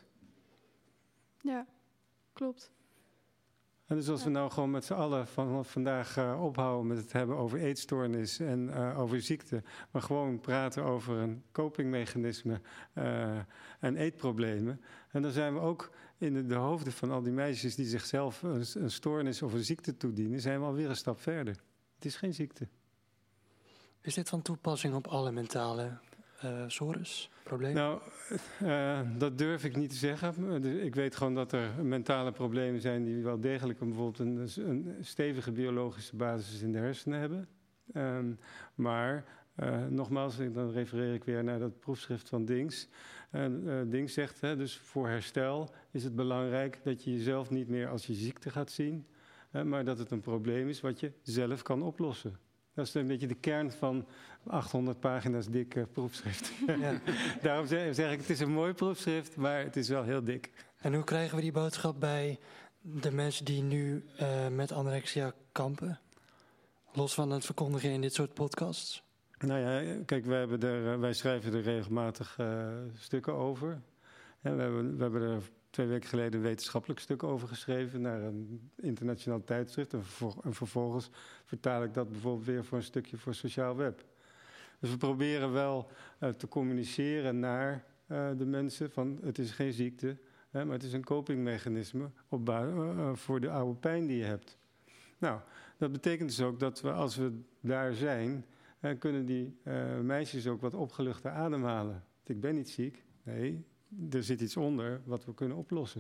Ja, klopt. En dus als we nou gewoon met z'n allen van vandaag uh, ophouden met het hebben over eetstoornis en uh, over ziekte, maar gewoon praten over een copingmechanisme uh, en eetproblemen. En dan zijn we ook in de, de hoofden van al die meisjes die zichzelf een, een stoornis of een ziekte toedienen, zijn we alweer een stap verder. Het is geen ziekte. Is dit van toepassing op alle mentale uh, sores, problemen? Nou, uh, dat durf ik niet te zeggen. Ik weet gewoon dat er mentale problemen zijn die wel degelijk een, bijvoorbeeld een, een stevige biologische basis in de hersenen hebben. Um, maar uh, nogmaals, dan refereer ik weer naar dat proefschrift van Dings. Uh, uh, Dings zegt, hè, dus voor herstel is het belangrijk dat je jezelf niet meer als je ziekte gaat zien, uh, maar dat het een probleem is wat je zelf kan oplossen. Dat is een beetje de kern van achthonderd pagina's dik uh, proefschrift. Ja. Daarom zeg, zeg ik, het is een mooi proefschrift, maar het is wel heel dik. En hoe krijgen we die boodschap bij de mensen die nu uh, met anorexia kampen? Los van het verkondigen in dit soort podcasts? Nou ja, kijk, wij, hebben er, wij schrijven er regelmatig uh, stukken over. En we, hebben, we hebben er twee weken geleden een wetenschappelijk stuk over geschreven naar een internationaal tijdschrift. En, vervol- en vervolgens vertaal ik dat bijvoorbeeld weer voor een stukje voor Sociaal Web. Dus we proberen wel uh, te communiceren naar uh, de mensen van het is geen ziekte, hè, maar het is een copingmechanisme op bui- uh, voor de oude pijn die je hebt. Nou, dat betekent dus ook dat we als we daar zijn, uh, kunnen die uh, meisjes ook wat opgeluchter ademhalen. Ik ben niet ziek, nee. Er zit iets onder wat we kunnen oplossen.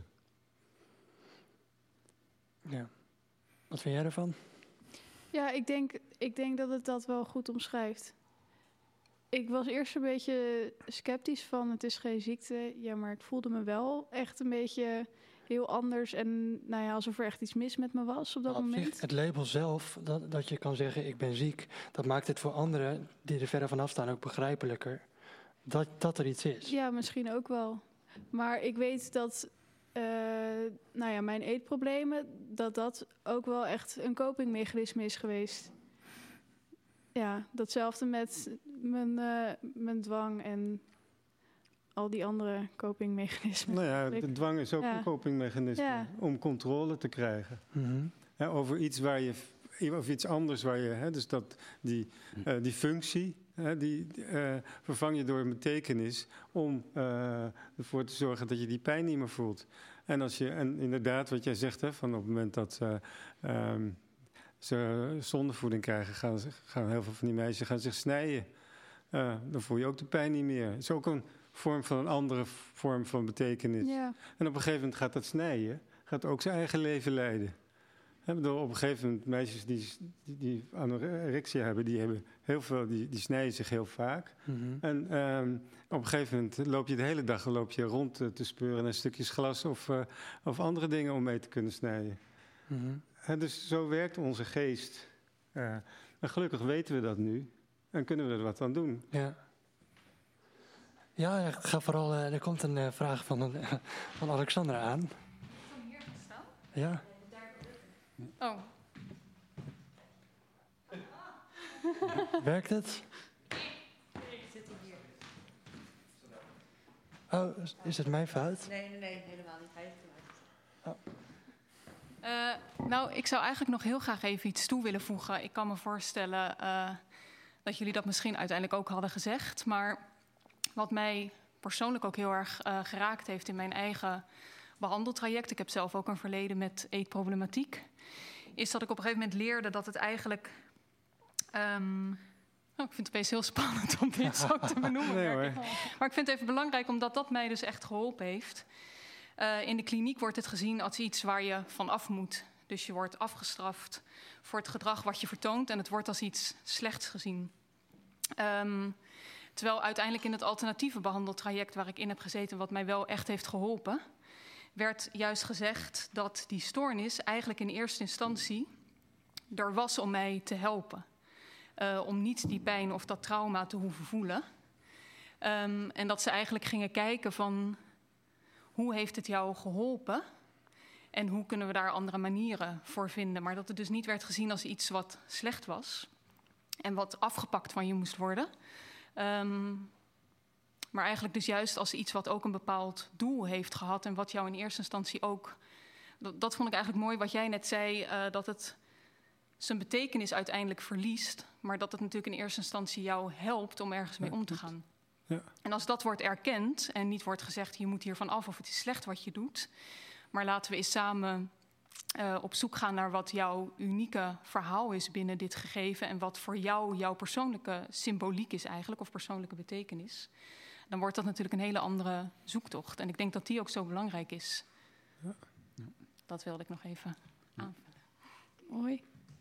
Ja. Wat vind jij ervan? Ja, ik denk, ik denk dat het dat wel goed omschrijft. Ik was eerst een beetje sceptisch van het is geen ziekte. Ja, maar ik voelde me wel echt een beetje heel anders. En nou ja, alsof er echt iets mis met me was op dat op moment. Zich, het label zelf, dat, dat je kan zeggen ik ben ziek, dat maakt het voor anderen die er verder vanaf staan ook begrijpelijker. Dat, dat er iets is. Ja, misschien ook wel. Maar ik weet dat uh, nou ja, mijn eetproblemen, dat dat ook wel echt een copingmechanisme is geweest. Ja, datzelfde met mijn, uh, mijn dwang en al die andere copingmechanismen. Nou ja, de dwang is ook ja. een copingmechanisme Ja. om controle te krijgen. Mm-hmm. Hè, over iets waar je, of iets anders waar je, hè, dus dat die, uh, die functie, hè, die uh, vervang je door een betekenis om uh, ervoor te zorgen dat je die pijn niet meer voelt. En als je, en inderdaad, wat jij zegt, hè, van op het moment dat uh, um, ze zondevoeding krijgen, gaan, gaan heel veel van die meisjes gaan zich snijden. Uh, dan voel je ook de pijn niet meer. Het is ook een vorm van een andere vorm van betekenis. Ja. En op een gegeven moment gaat dat snijden, gaat ook zijn eigen leven leiden. He, bedoel, op een gegeven moment, meisjes die, die, die anorexia hebben, die, hebben heel veel, die, die snijden zich heel vaak. Mm-hmm. En um, op een gegeven moment loop je de hele dag loop je rond te, te speuren naar stukjes glas of, uh, of andere dingen om mee te kunnen snijden. Mm-hmm. He, dus zo werkt onze geest. Uh, en gelukkig weten we dat nu en kunnen we er wat aan doen. Ja. Ja, ik ga vooral, uh, er komt een uh, vraag van, een, uh, van Alexandra aan. Kan hier gaan staan? Ja. Oh. Werkt het? Ik zit hier. Oh, is het mijn fout? Nee, nee, nee, helemaal niet. Hij heeft het Uh, nou, ik zou eigenlijk nog heel graag even iets toe willen voegen. Ik kan me voorstellen uh, dat jullie dat misschien uiteindelijk ook hadden gezegd. Maar wat mij persoonlijk ook heel erg uh, geraakt heeft in mijn eigen behandeltraject... ik heb zelf ook een verleden met eetproblematiek... is dat ik op een gegeven moment leerde dat het eigenlijk... Um, nou, ik vind het opeens heel spannend om dit zo te benoemen. Nee, hoor. Maar ik vind het even belangrijk omdat dat mij dus echt geholpen heeft... Uh, in de kliniek wordt het gezien als iets waar je van af moet. Dus je wordt afgestraft voor het gedrag wat je vertoont... en het wordt als iets slechts gezien. Um, terwijl uiteindelijk in het alternatieve behandeltraject... waar ik in heb gezeten, wat mij wel echt heeft geholpen... werd juist gezegd dat die stoornis eigenlijk in eerste instantie... er was om mij te helpen. Uh, om niet die pijn of dat trauma te hoeven voelen. Um, en dat ze eigenlijk gingen kijken van... hoe heeft het jou geholpen? En hoe kunnen we daar andere manieren voor vinden? Maar dat het dus niet werd gezien als iets wat slecht was. En wat afgepakt van je moest worden. Um, maar eigenlijk dus juist als iets wat ook een bepaald doel heeft gehad. En wat jou in eerste instantie ook... Dat, dat vond ik eigenlijk mooi wat jij net zei. Uh, dat het zijn betekenis uiteindelijk verliest. Maar dat het natuurlijk in eerste instantie jou helpt om ergens mee om te gaan. Ja. En als dat wordt erkend en niet wordt gezegd... je moet hiervan af of het is slecht wat je doet... maar laten we eens samen uh, op zoek gaan naar wat jouw unieke verhaal is binnen dit gegeven... en wat voor jou jouw persoonlijke symboliek is eigenlijk, of persoonlijke betekenis... dan wordt dat natuurlijk een hele andere zoektocht. En ik denk dat die ook zo belangrijk is. Ja. Dat wilde ik nog even aanvullen. Mooi.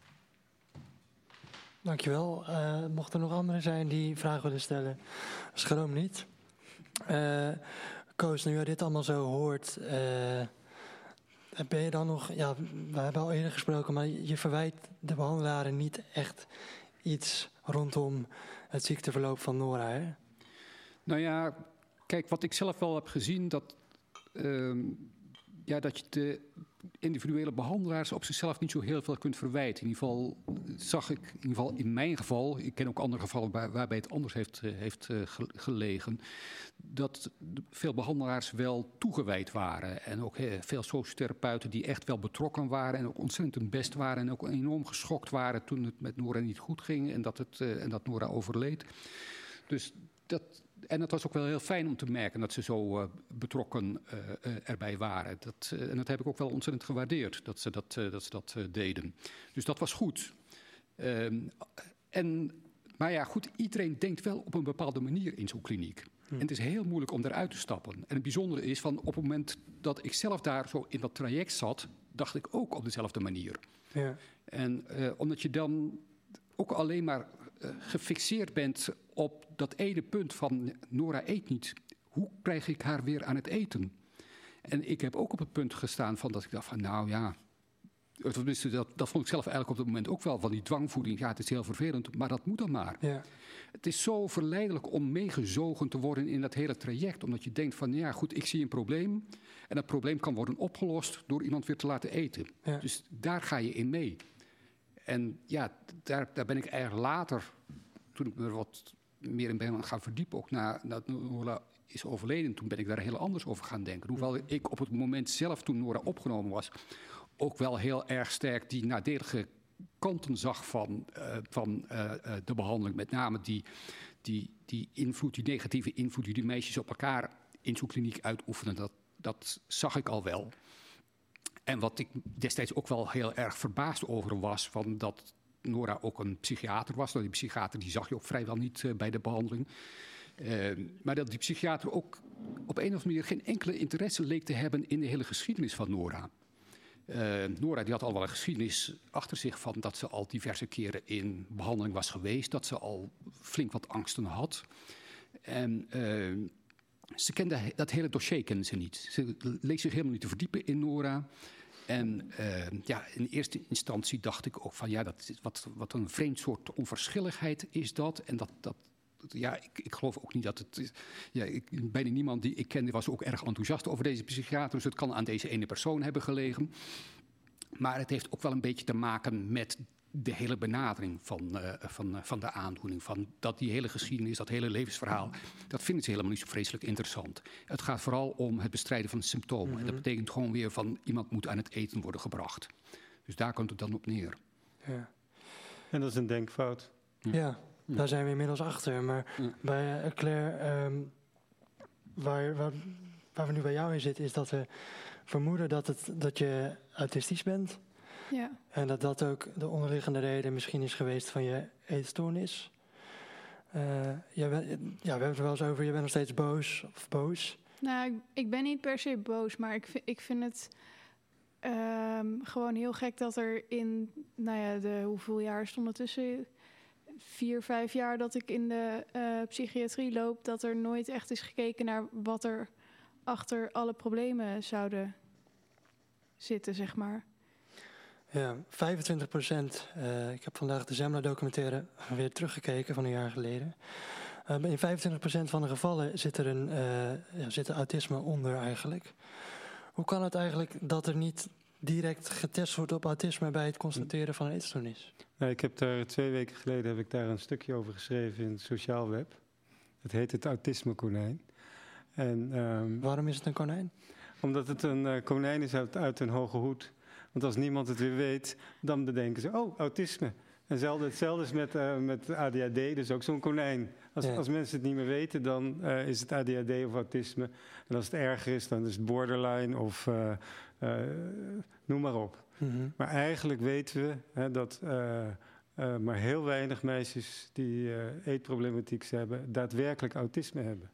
Dankjewel. Uh, mochten er nog anderen zijn die vragen willen stellen, schroom niet. Uh, Koos, nu je dit allemaal zo hoort, uh, ben je dan nog... Ja, we hebben al eerder gesproken, maar je verwijt de behandelaren niet echt iets rondom het ziekteverloop van Nora, hè? Nou ja, kijk, wat ik zelf wel heb gezien, dat, uh, ja, dat je de individuele behandelaars op zichzelf niet zo heel veel kunt verwijten. In ieder geval zag ik, in ieder geval in mijn geval, ik ken ook andere gevallen waar, waarbij het anders heeft, heeft uh, gelegen, dat veel behandelaars wel toegewijd waren. En ook he, veel sociotherapeuten die echt wel betrokken waren en ook ontzettend hun best waren en ook enorm geschokt waren toen het met Nora niet goed ging en dat, het, uh, en dat Nora overleed. Dus dat... En het was ook wel heel fijn om te merken dat ze zo uh, betrokken uh, uh, erbij waren. Dat, uh, en dat heb ik ook wel ontzettend gewaardeerd, dat ze dat, uh, dat, ze dat uh, deden. Dus dat was goed. Um, en, maar ja, goed, iedereen denkt wel op een bepaalde manier in zo'n kliniek. Hm. En het is heel moeilijk om eruit te stappen. En het bijzondere is, van op het moment dat ik zelf daar zo in dat traject zat, dacht ik ook op dezelfde manier. Ja. En uh, omdat je dan ook alleen maar uh, gefixeerd bent op dat ene punt van Nora eet niet. Hoe krijg ik haar weer aan het eten? En ik heb ook op het punt gestaan van dat ik dacht van nou ja, Tenminste, dat, dat vond ik zelf eigenlijk op dat moment ook wel. Van die dwangvoeding, ja, het is heel vervelend, maar dat moet dan maar. Ja. Het is zo verleidelijk om meegezogen te worden in dat hele traject. Omdat je denkt van, ja goed, ik zie een probleem. En dat probleem kan worden opgelost door iemand weer te laten eten. Ja. Dus daar ga je in mee. En ja, daar, daar ben ik eigenlijk later, toen ik me er wat meer in ben gaan verdiepen, ook nadat Nora is overleden, toen ben ik daar heel anders over gaan denken. Hoewel ik op het moment zelf, toen Nora opgenomen was, ook wel heel erg sterk die nadelige kanten zag van, uh, van uh, uh, de behandeling. Met name die, die, die invloed, die negatieve invloed die die meisjes op elkaar in zo'n kliniek uitoefenen. Dat, dat zag ik al wel. En wat ik destijds ook wel heel erg verbaasd over was, van dat Nora ook een psychiater was. Die psychiater die zag je ook vrijwel niet uh, bij de behandeling. Uh, maar dat die psychiater ook op een of andere manier geen enkele interesse leek te hebben in de hele geschiedenis van Nora. Uh, Nora die had al wel een geschiedenis achter zich van dat ze al diverse keren in behandeling was geweest. Dat ze al flink wat angsten had. En uh, ze kende dat hele dossier kende ze niet. Ze leek zich helemaal niet te verdiepen in Nora. En uh, ja, in eerste instantie dacht ik ook van ja, dat is wat, wat een vreemd soort onverschilligheid is dat. En dat, dat ja, ik, ik geloof ook niet dat het... Ja, ik, bijna niemand die ik kende was ook erg enthousiast over deze psychiater. Dus het kan aan deze ene persoon hebben gelegen. Maar het heeft ook wel een beetje te maken met de hele benadering van, uh, van, uh, van de aandoening. Van dat die hele geschiedenis, dat hele levensverhaal, dat vinden ze helemaal niet zo vreselijk interessant. Het gaat vooral om het bestrijden van de symptomen. Mm-hmm. En dat betekent gewoon weer van iemand moet aan het eten worden gebracht. Dus daar komt het dan op neer. Ja. En dat is een denkfout. Ja. ja. Daar zijn we inmiddels achter. Maar ja. bij uh, Claire, um, waar, waar, waar we nu bij jou in zitten, is dat we vermoeden dat, het, dat je autistisch bent. Ja. En dat dat ook de onderliggende reden misschien is geweest van je eetstoornis. Uh, jij bent, ja, we hebben het er wel eens over, je bent nog steeds boos of boos. Nou, ik, ik ben niet per se boos, maar ik, ik vind het um, gewoon heel gek dat er in, nou ja, de hoeveel jaar stonden tussen... vier, vijf jaar dat ik in de uh, psychiatrie loop, dat er nooit echt is gekeken naar wat er achter alle problemen zouden zitten, zeg maar. Ja, vijfentwintig procent. Uh, ik heb vandaag de Zembla-documentaire weer teruggekeken van een jaar geleden. Uh, in vijfentwintig procent van de gevallen zit er een uh, ja, zit er autisme onder eigenlijk. Hoe kan het eigenlijk dat er niet direct getest wordt op autisme bij het constateren van een eetstoornis? Nou, ik heb daar twee weken geleden heb ik daar een stukje over geschreven in het Sociaal Web. Het heet het autisme-konijn. En, um, waarom is het een konijn? Omdat het een uh, konijn is uit, uit een hoge hoed. Want als niemand het weer weet, dan bedenken ze, oh, autisme. En hetzelfde, hetzelfde is met, uh, met A D H D, dus ook zo'n konijn. Als, ja. als mensen het niet meer weten, dan uh, is het A D H D of autisme. En als het erger is, dan is het borderline of uh, uh, noem maar op. Mm-hmm. Maar eigenlijk weten we hè, dat uh, uh, maar heel weinig meisjes die uh, eetproblematiek hebben, daadwerkelijk autisme hebben.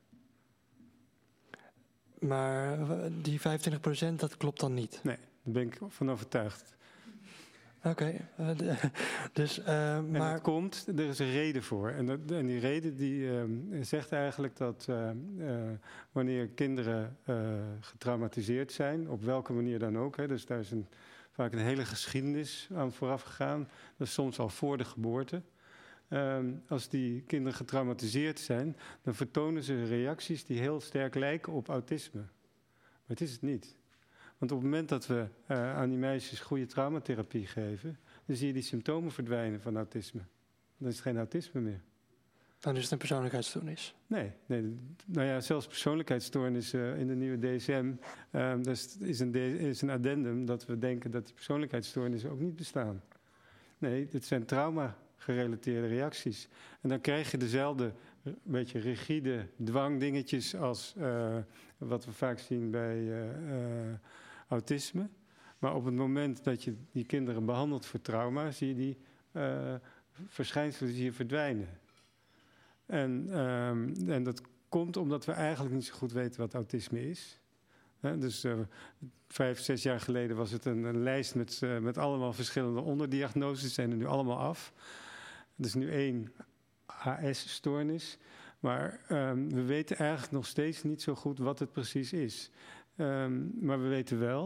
Maar die vijfentwintig procent, dat klopt dan niet? Nee, daar ben ik van overtuigd. Oké, okay. uh, dus, uh, maar... En het komt, er is een reden voor. En, dat, en die reden die uh, zegt eigenlijk dat uh, uh, wanneer kinderen uh, getraumatiseerd zijn, op welke manier dan ook, hè, dus daar is een, vaak een hele geschiedenis aan vooraf gegaan, dat is soms al voor de geboorte. Um, als die kinderen getraumatiseerd zijn, dan vertonen ze reacties die heel sterk lijken op autisme. Maar het is het niet. Want op het moment dat we uh, aan die meisjes goede traumatherapie geven, dan zie je die symptomen verdwijnen van autisme. Dan is het geen autisme meer. Dan is het een persoonlijkheidsstoornis? Nee, nee nou ja, zelfs persoonlijkheidsstoornis uh, in de nieuwe D S M, uh, dat is een, is een addendum dat we denken dat die persoonlijkheidsstoornissen ook niet bestaan. Nee, dit zijn trauma-gerelateerde reacties. En dan krijg je dezelfde een beetje rigide dwangdingetjes als uh, wat we vaak zien bij uh, uh, autisme. Maar op het moment dat je die kinderen behandelt voor trauma, zie je die uh, verschijnselen hier verdwijnen. En, um, en dat komt omdat we eigenlijk niet zo goed weten wat autisme is. He, dus uh, vijf, zes jaar geleden was het een, een lijst met, uh, met allemaal verschillende onderdiagnoses. Die zijn er nu allemaal af. Er is nu één A S-stoornis. Maar um, we weten eigenlijk nog steeds niet zo goed wat het precies is. Um, maar we weten wel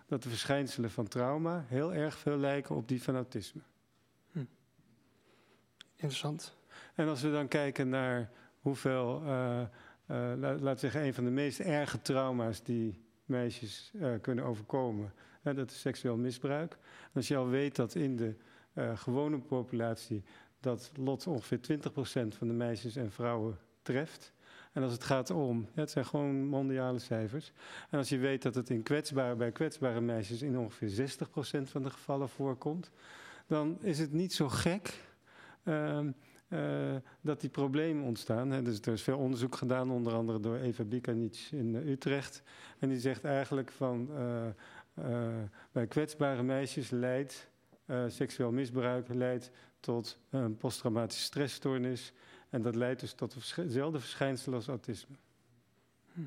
dat de verschijnselen van trauma heel erg veel lijken op die van autisme. Hm. Interessant. En als we dan kijken naar hoeveel, uh, uh, laten we zeggen, een van de meest erge trauma's die meisjes uh, kunnen overkomen, uh, dat is seksueel misbruik. En als je al weet dat in de uh, gewone populatie dat lot ongeveer twintig procent van de meisjes en vrouwen treft. En als het gaat om, ja, het zijn gewoon mondiale cijfers. En als je weet dat het in kwetsbare, bij kwetsbare meisjes in ongeveer zestig procent van de gevallen voorkomt, dan is het niet zo gek uh, uh, dat die problemen ontstaan. Hè. Dus er is veel onderzoek gedaan, onder andere door Eva Bikanic in uh, Utrecht. En die zegt eigenlijk van uh, uh, bij kwetsbare meisjes leidt uh, seksueel misbruik leidt tot een posttraumatische stressstoornis. En dat leidt dus tot dezelfde verschijnselen als autisme. Hm.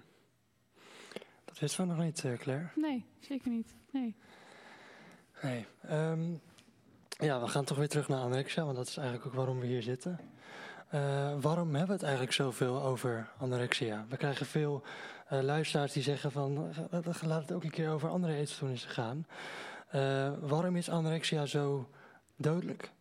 Dat wisten we nog niet, uh, Claire. Nee, zeker niet. Nee. Nee. Um, ja, we gaan toch weer terug naar anorexia, want dat is eigenlijk ook waarom we hier zitten. Uh, waarom hebben we het eigenlijk zoveel over anorexia? We krijgen veel uh, luisteraars die zeggen van, uh, laat het ook een keer over andere eetstoornissen gaan. Uh, waarom is anorexia zo dodelijk?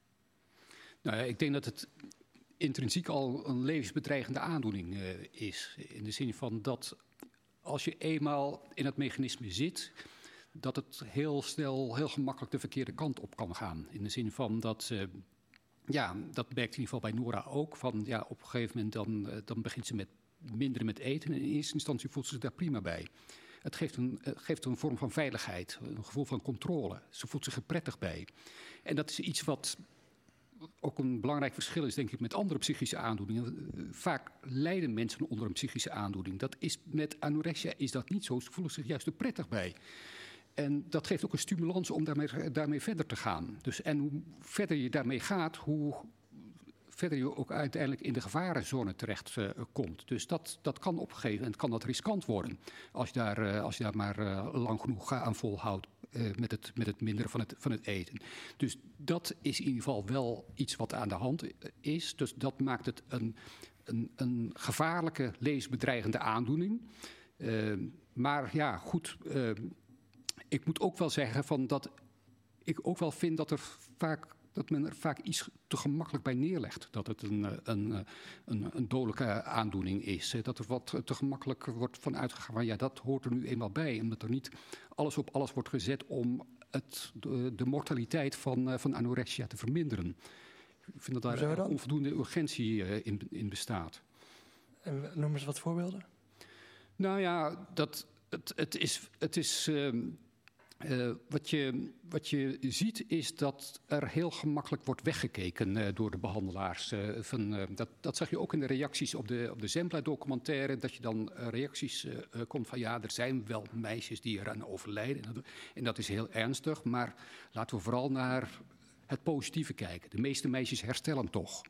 Nou ja, ik denk dat het intrinsiek al een levensbedreigende aandoening uh, is. In de zin van dat als je eenmaal in het mechanisme zit, dat het heel snel, heel gemakkelijk de verkeerde kant op kan gaan. In de zin van dat, uh, ja, dat merkt in ieder geval bij Nora ook. Van ja, op een gegeven moment dan, uh, dan begint ze met minderen met eten. En in eerste instantie voelt ze zich daar prima bij. Het geeft een, het geeft een vorm van veiligheid, een gevoel van controle. Ze voelt zich er prettig bij. En dat is iets wat ook een belangrijk verschil is, denk ik, met andere psychische aandoeningen. Vaak lijden mensen onder een psychische aandoening. Dat is, met anorexia is dat niet zo. Ze voelen zich juist er prettig bij. En dat geeft ook een stimulans om daarmee, daarmee verder te gaan. Dus, en hoe verder je daarmee gaat, hoe verder je ook uiteindelijk in de gevarenzone terecht uh, komt. Dus dat, dat kan op een gegeven moment kan dat riskant worden. Als je daar, uh, als je daar maar uh, lang genoeg aan volhoudt. Uh, met, het, met het minderen van het, van het eten. Dus dat is in ieder geval wel iets wat aan de hand is. Dus dat maakt het een, een, een gevaarlijke, levensbedreigende aandoening. Uh, maar ja, goed. Uh, ik moet ook wel zeggen van dat ik ook wel vind dat er vaak dat men er vaak iets te gemakkelijk bij neerlegt. Dat het een, een, een, een dodelijke aandoening is. Dat er wat te gemakkelijk wordt van uitgegaan. Maar ja, dat hoort er nu eenmaal bij. Omdat er niet alles op alles wordt gezet om het, de, de mortaliteit van, van anorexia te verminderen. Ik vind dat daar onvoldoende urgentie in, in bestaat. En noem eens wat voorbeelden. Nou ja, dat, het, het is... Het is uh, Uh, wat, je, wat je ziet is dat er heel gemakkelijk wordt weggekeken uh, door de behandelaars. Uh, van, uh, dat, dat zag je ook in de reacties op de, op de Zembla-documentaire. Dat je dan uh, reacties uh, uh, komt van ja, er zijn wel meisjes die eraan overlijden. En dat, en dat is heel ernstig. Maar laten we vooral naar het positieve kijken. De meeste meisjes herstellen toch.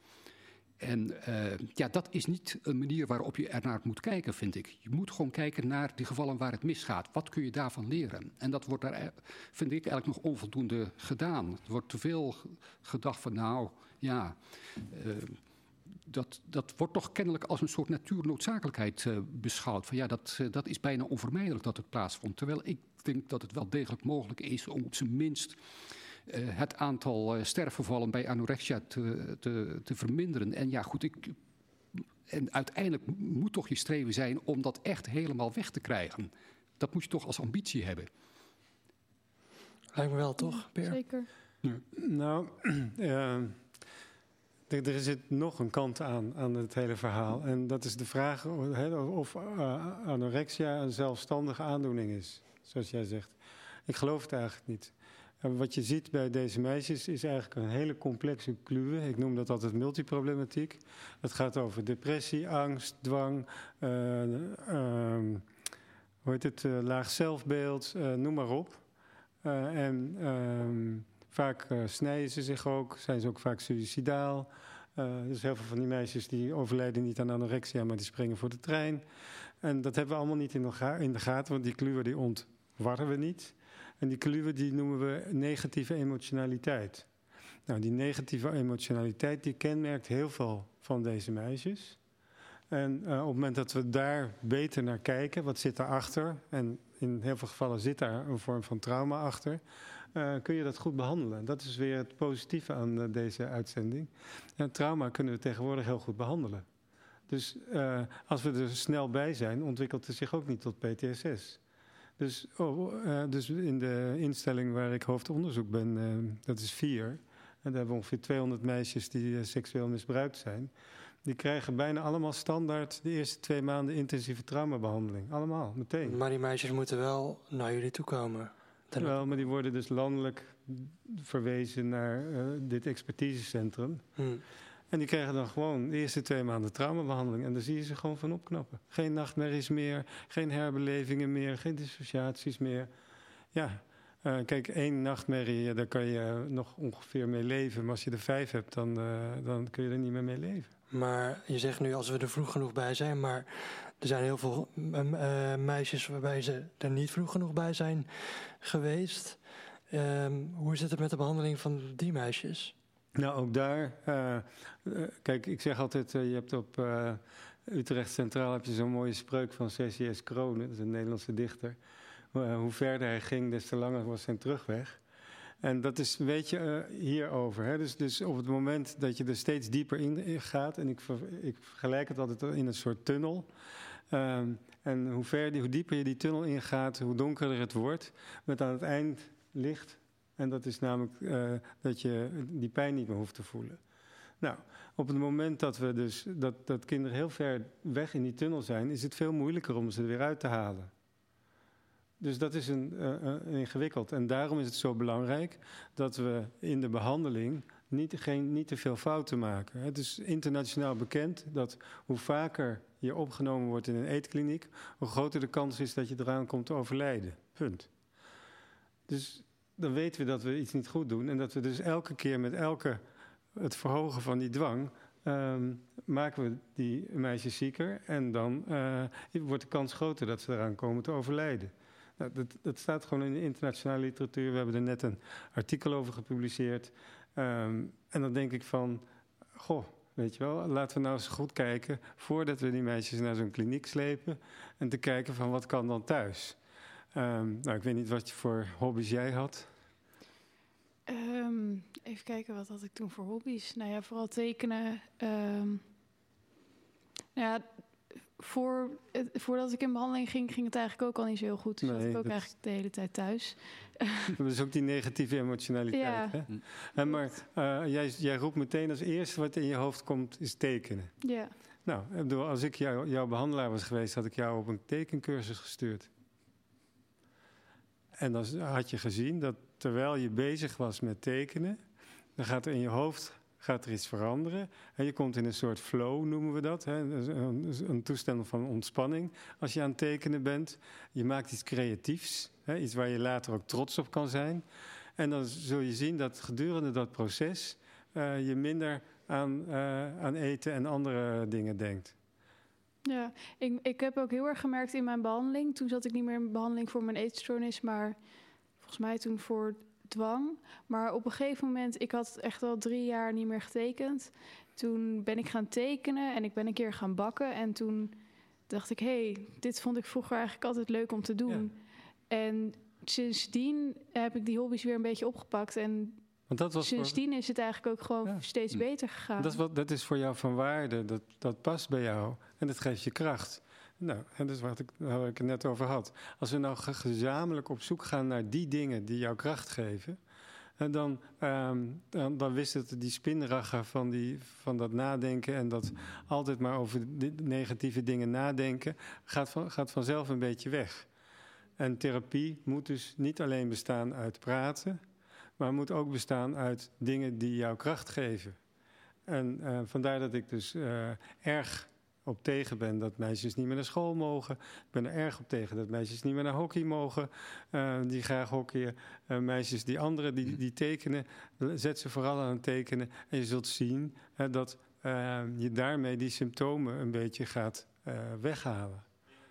En uh, ja, dat is niet een manier waarop je ernaar moet kijken, vind ik. Je moet gewoon kijken naar die gevallen waar het misgaat. Wat kun je daarvan leren? En dat wordt daar, vind ik, eigenlijk nog onvoldoende gedaan. Er wordt te veel gedacht van, nou, ja, uh, dat, dat wordt toch kennelijk als een soort natuurnoodzakelijkheid uh, beschouwd. Van ja, dat, uh, dat is bijna onvermijdelijk dat het plaatsvond. Terwijl ik denk dat het wel degelijk mogelijk is om op zijn minst Uh, het aantal uh, sterfgevallen bij anorexia te, te, te verminderen. En ja, goed, ik, en uiteindelijk moet toch je streven zijn om dat echt helemaal weg te krijgen. Dat moet je toch als ambitie hebben. Lijkt me wel, toch, Peer? Zeker. Ja. Nou, uh, er, er zit nog een kant aan, aan het hele verhaal. En dat is de vraag of uh, anorexia een zelfstandige aandoening is, zoals jij zegt. Ik geloof het eigenlijk niet. En wat je ziet bij deze meisjes is eigenlijk een hele complexe kluwe. Ik noem dat altijd multiproblematiek. Het gaat over depressie, angst, dwang, uh, uh, hoe heet het, uh, laag zelfbeeld, uh, noem maar op. Uh, en uh, vaak uh, snijden ze zich ook, zijn ze ook vaak suïcidaal. Uh, dus heel veel van die meisjes die overlijden niet aan anorexia, maar die springen voor de trein. En dat hebben we allemaal niet in de, ga- in de gaten, want die kluwe die ontwarren we niet. En die kluwe die noemen we negatieve emotionaliteit. Nou, die negatieve emotionaliteit die kenmerkt heel veel van deze meisjes. En uh, op het moment dat we daar beter naar kijken, wat zit daarachter? En in heel veel gevallen zit daar een vorm van trauma achter, uh, kun je dat goed behandelen. Dat is weer het positieve aan uh, deze uitzending. En trauma kunnen we tegenwoordig heel goed behandelen. Dus uh, als we er snel bij zijn, ontwikkelt het zich ook niet tot P T S S. Dus, oh, uh, dus in de instelling waar ik hoofdonderzoek ben, uh, dat is vier. En daar hebben we ongeveer tweehonderd meisjes die uh, seksueel misbruikt zijn. Die krijgen bijna allemaal standaard de eerste twee maanden intensieve traumabehandeling. Allemaal, meteen. Maar die meisjes moeten wel naar jullie toe komen. Dan... Wel, maar die worden dus landelijk verwezen naar uh, dit expertisecentrum. Hmm. En die krijgen dan gewoon de eerste twee maanden traumabehandeling. En daar zie je ze gewoon van opknappen. Geen nachtmerries meer, geen herbelevingen meer, geen dissociaties meer. Ja, uh, kijk, één nachtmerrie, daar kan je nog ongeveer mee leven. Maar als je er vijf hebt, dan, uh, dan kun je er niet meer mee leven. Maar je zegt nu als we er vroeg genoeg bij zijn, maar er zijn heel veel uh, meisjes waarbij ze er niet vroeg genoeg bij zijn geweest. Um, hoe zit het met de behandeling van die meisjes? Nou, ook daar, uh, uh, kijk, ik zeg altijd, uh, je hebt op uh, Utrecht Centraal heb je zo'n mooie spreuk van C C S Kronen, dat is een Nederlandse dichter. Uh, hoe verder hij ging, des te langer was zijn terugweg. En dat is een beetje uh, hierover. Hè? Dus, dus op het moment dat je er steeds dieper in gaat, en ik, ver, ik vergelijk het altijd in een soort tunnel. Um, en hoe, ver, hoe dieper je die tunnel ingaat, hoe donkerder het wordt, met aan het eind licht. En dat is namelijk uh, dat je die pijn niet meer hoeft te voelen. Nou, op het moment dat we dus dat, dat kinderen heel ver weg in die tunnel zijn, is het veel moeilijker om ze er weer uit te halen. Dus dat is een, uh, een ingewikkeld. En daarom is het zo belangrijk dat we in de behandeling niet, geen, niet te veel fouten maken. Het is internationaal bekend dat hoe vaker je opgenomen wordt in een eetkliniek, hoe groter de kans is dat je eraan komt te overlijden. Punt. Dus dan weten we dat we iets niet goed doen. En dat we dus elke keer met elke, het verhogen van die dwang, um, maken we die meisjes zieker. En dan uh, wordt de kans groter dat ze eraan komen te overlijden. Nou, dat, dat staat gewoon in de internationale literatuur. We hebben er net een artikel over gepubliceerd. Um, en dan denk ik van, goh, weet je wel, laten we nou eens goed kijken voordat we die meisjes naar zo'n kliniek slepen. En te kijken van wat kan dan thuis. Um, nou, ik weet niet wat je voor hobby's jij had. Um, even kijken, wat had ik toen voor hobby's? Nou ja, vooral tekenen. Um, nou ja, voor, uh, voordat ik in behandeling ging, ging het eigenlijk ook al niet zo heel goed. Dus nee, zat ik ook dat... eigenlijk de hele tijd thuis. Dat is ook die negatieve emotionaliteit. Ja. Hè? En maar uh, jij, jij roept meteen als eerste wat in je hoofd komt, is tekenen. Ja. Nou, ik bedoel, als ik jou, jouw behandelaar was geweest, had ik jou op een tekencursus gestuurd. En dan had je gezien dat terwijl je bezig was met tekenen, dan gaat er in je hoofd gaat er iets veranderen. En je komt in een soort flow, noemen we dat. Hè? Een, een toestand van ontspanning als je aan het tekenen bent. Je maakt iets creatiefs, hè? Iets waar je later ook trots op kan zijn. En dan zul je zien dat gedurende dat proces uh, je minder aan, uh, aan eten en andere dingen denkt. Ja, ik, ik heb ook heel erg gemerkt in mijn behandeling. Toen zat ik niet meer in behandeling voor mijn eetstoornis, maar volgens mij toen voor dwang. Maar op een gegeven moment, ik had echt al drie jaar niet meer getekend. Toen ben ik gaan tekenen en ik ben een keer gaan bakken. En toen dacht ik, hé, hey, dit vond ik vroeger eigenlijk altijd leuk om te doen. Ja. En sindsdien heb ik die hobby's weer een beetje opgepakt. En Want dat was sindsdien voor... is het eigenlijk ook gewoon ja. steeds beter gegaan. Dat is, wat, dat is voor jou van waarde, dat, dat past bij jou en dat geeft je kracht. Nou, en dat is wat ik, waar ik het net over had. Als we nou gezamenlijk op zoek gaan naar die dingen die jou kracht geven, en dan, um, dan, dan wist het die spinragga van, die, van dat nadenken en dat altijd maar over de negatieve dingen nadenken, gaat, van, gaat vanzelf een beetje weg. En therapie moet dus niet alleen bestaan uit praten, maar moet ook bestaan uit dingen die jou kracht geven. En uh, vandaar dat ik dus uh, erg op tegen ben dat meisjes niet meer naar school mogen. Ik ben er erg op tegen dat meisjes niet meer naar hockey mogen. Uh, die graag hockeyen. Uh, meisjes die anderen die, die tekenen, zet ze vooral aan het tekenen. En je zult zien uh, dat uh, je daarmee die symptomen een beetje gaat uh, weghalen.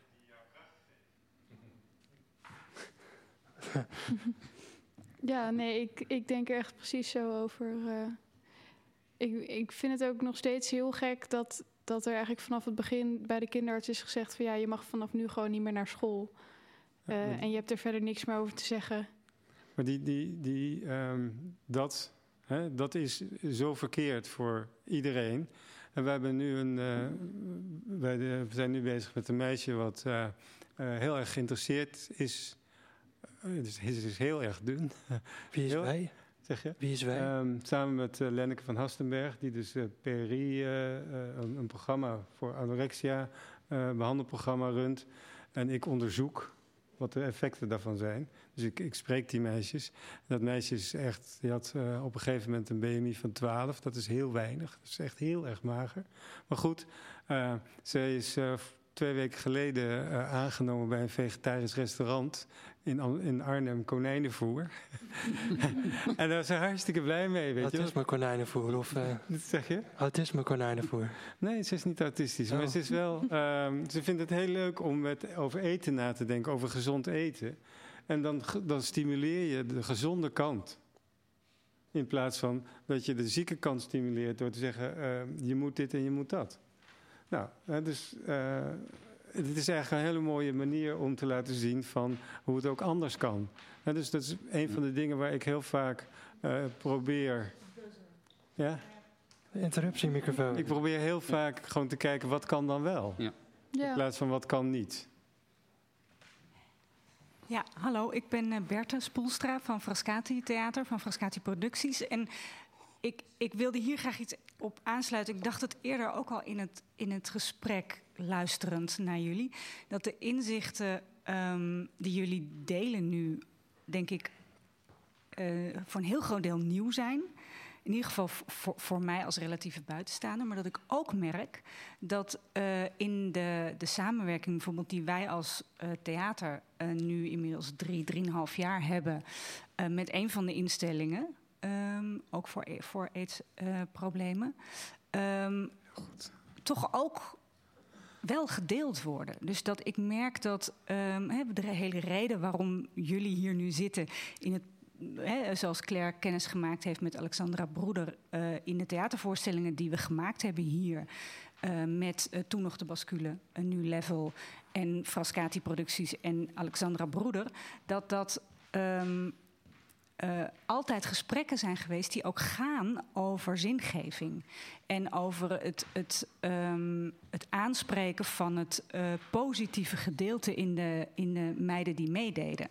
Ja, nee, ik, ik denk er echt precies zo over. Uh, ik, ik vind het ook nog steeds heel gek dat, dat er eigenlijk vanaf het begin bij de kinderarts is gezegd van ja, je mag vanaf nu gewoon niet meer naar school. Uh, maar, en je hebt er verder niks meer over te zeggen. Maar die, die, die, um, dat, hè, dat is zo verkeerd voor iedereen. En we hebben nu een, uh, wij de, we zijn nu bezig met een meisje wat uh, uh, heel erg geïnteresseerd is. Uh, het is, is, is heel erg dun. Wie is heel, wij? Zeg je? Wie is wij? Um, samen met uh, Lenneke van Hastenberg, die dus uh, P R I, uh, uh, een, een programma voor anorexia, uh, behandelprogramma runt. En ik onderzoek wat de effecten daarvan zijn. Dus ik, ik spreek die meisjes. Dat meisje is echt, die had uh, op een gegeven moment een B M I van twaalf. Dat is heel weinig. Dat is echt heel erg mager. Maar goed, uh, zij is uh, twee weken geleden uh, aangenomen bij een vegetarisch restaurant in, in Arnhem, konijnenvoer. En daar was ze hartstikke blij mee, weet je. Autisme konijnenvoer of... Uh, Wat zeg je? Autisme konijnenvoer. Nee, ze is niet autistisch. Oh. Maar ze is wel... Um, ze vindt het heel leuk om met, over eten na te denken, over gezond eten. En dan, dan stimuleer je de gezonde kant. In plaats van dat je de zieke kant stimuleert door te zeggen, uh, je moet dit en je moet dat. Nou, uh, dus... Uh, Het is eigenlijk een hele mooie manier om te laten zien van hoe het ook anders kan. En dus dat is een van de dingen waar ik heel vaak uh, probeer... Ja? Interruptiemicrofoon. Ik probeer heel vaak gewoon te kijken wat kan dan wel. Ja. In plaats van wat kan niet. Ja, hallo. Ik ben uh, Bertha Spoelstra van Frascati Theater, van Frascati Producties. En ik, ik wilde hier graag iets op aansluiten. Ik dacht het eerder ook al in het, in het gesprek, luisterend naar jullie, dat de inzichten um, die jullie delen nu, denk ik, uh, voor een heel groot deel nieuw zijn. In ieder geval voor, voor mij als relatieve buitenstaander. Maar dat ik ook merk dat uh, in de, de samenwerking bijvoorbeeld die wij als uh, theater uh, nu inmiddels drie, drieënhalf jaar hebben uh, met een van de instellingen, um, ook voor, voor aids-problemen, uh, um, toch ook wel gedeeld worden. Dus dat ik merk dat um, de hele reden waarom jullie hier nu zitten in het, he, zoals Claire kennis gemaakt heeft met Alexandra Broeder, uh, in de theatervoorstellingen die we gemaakt hebben hier, uh, met uh, toen nog de Bascule, een New Level en Frascati Producties en Alexandra Broeder, dat dat um, Uh, altijd gesprekken zijn geweest die ook gaan over zingeving. En over het, het, um, het aanspreken van het uh, positieve gedeelte in de, in de meiden die meededen.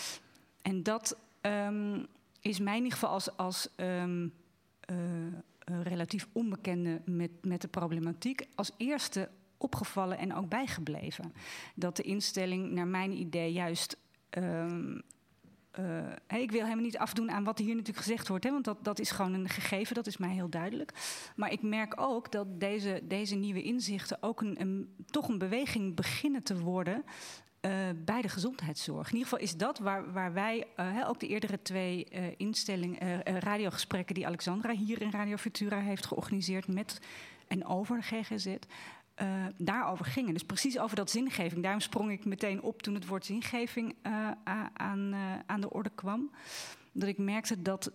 En dat um, is mij in ieder geval als, als um, uh, uh, relatief onbekende met, met de problematiek als eerste opgevallen en ook bijgebleven. Dat de instelling naar mijn idee juist... Um, Uh, hey, ik wil helemaal niet afdoen aan wat hier natuurlijk gezegd wordt, hè, want dat, dat is gewoon een gegeven, dat is mij heel duidelijk. Maar ik merk ook dat deze, deze nieuwe inzichten ook een, een, toch een beweging beginnen te worden uh, bij de gezondheidszorg. In ieder geval is dat waar, waar wij, uh, hè, ook de eerdere twee uh, instellingen, uh, uh, radiogesprekken die Alexandra hier in Radio Futura heeft georganiseerd met en over de G G Z... Uh, daarover gingen. Dus precies over dat zingeving. Daarom sprong ik meteen op toen het woord zingeving uh, aan, uh, aan de orde kwam. Dat ik merkte dat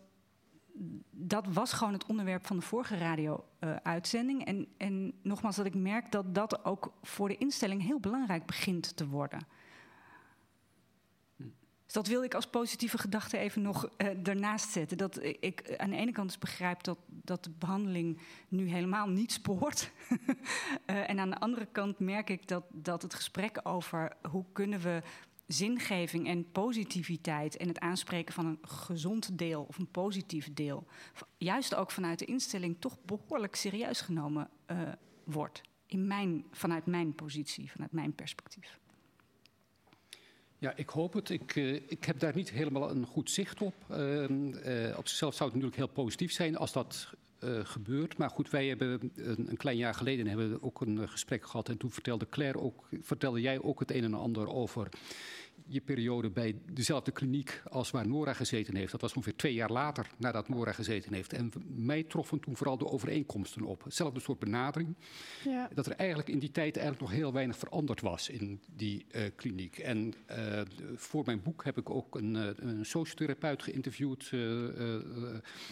dat was gewoon het onderwerp van de vorige radio-uitzending. Uh, en, en nogmaals dat ik merk dat dat ook voor de instelling heel belangrijk begint te worden. Dus dat wil ik als positieve gedachte even nog uh, ernaast zetten. Dat ik aan de ene kant dus begrijp dat, dat de behandeling nu helemaal niet spoort. uh, en aan de andere kant merk ik dat, dat het gesprek over hoe kunnen we zingeving en positiviteit en het aanspreken van een gezond deel of een positief deel, juist ook vanuit de instelling toch behoorlijk serieus genomen uh, wordt. In mijn, vanuit mijn positie, vanuit mijn perspectief. Ja, ik hoop het. Ik, uh, ik heb daar niet helemaal een goed zicht op. Uh, uh, op zichzelf zou het natuurlijk heel positief zijn als dat uh, gebeurt. Maar goed, wij hebben een, een klein jaar geleden hebben we ook een uh, gesprek gehad. En toen vertelde Claire ook, vertelde jij ook het een en ander over je periode bij dezelfde kliniek als waar Nora gezeten heeft. Dat was ongeveer twee jaar later nadat Nora gezeten heeft. En mij troffen toen vooral de overeenkomsten op. Hetzelfde soort benadering. Ja. Dat er eigenlijk in die tijd eigenlijk nog heel weinig veranderd was in die uh, kliniek. En uh, voor mijn boek heb ik ook een, uh, een sociotherapeut geïnterviewd. Uh, uh,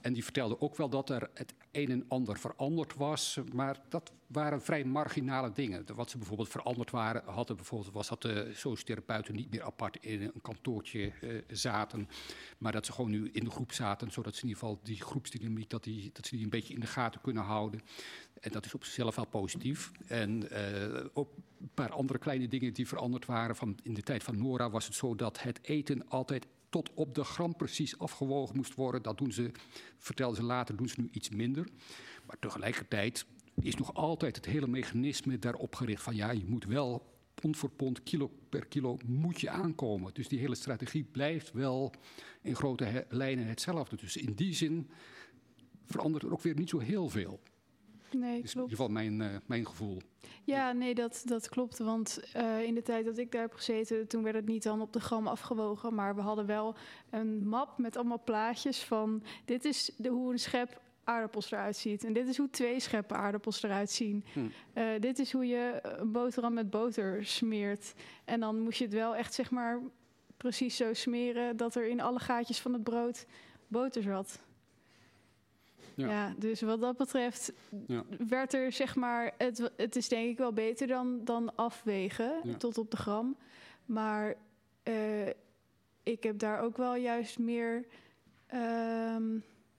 En die vertelde ook wel dat er het een en ander veranderd was. Maar dat waren vrij marginale dingen. Wat ze bijvoorbeeld veranderd waren, hadden bijvoorbeeld, was dat de sociotherapeuten niet meer apart in een kantoortje uh, zaten. Maar dat ze gewoon nu in de groep zaten. Zodat ze in ieder geval die groepsdynamiek, dat, die, dat ze die een beetje in de gaten kunnen houden. En dat is op zichzelf wel positief. En uh, ook een paar andere kleine dingen die veranderd waren. Van, in de tijd van Nora was het zo dat het eten altijd tot op de gram precies afgewogen moest worden. Dat doen ze, vertelden ze later, doen ze nu iets minder. Maar tegelijkertijd is nog altijd het hele mechanisme daarop gericht van ja, je moet wel pond voor pond, kilo per kilo moet je aankomen. Dus die hele strategie blijft wel in grote he- lijnen hetzelfde. Dus in die zin verandert er ook weer niet zo heel veel. Nee, is klopt. in ieder geval mijn, uh, mijn gevoel. Ja, nee, dat, dat klopt. Want uh, in de tijd dat ik daar heb gezeten, toen werd het niet dan op de gram afgewogen. Maar we hadden wel een map met allemaal plaatjes van dit is de, hoe een schep aardappels eruit ziet. En dit is hoe twee scheppen aardappels eruit zien. Hm. Uh, dit is hoe je een boterham met boter smeert. En dan moest je het wel echt, zeg maar, precies zo smeren dat er in alle gaatjes van het brood boter zat. Ja. ja, dus wat dat betreft ja. werd er, zeg maar, het, het is denk ik wel beter dan, dan afwegen ja. tot op de gram. Maar uh, ik heb daar ook wel juist meer, um,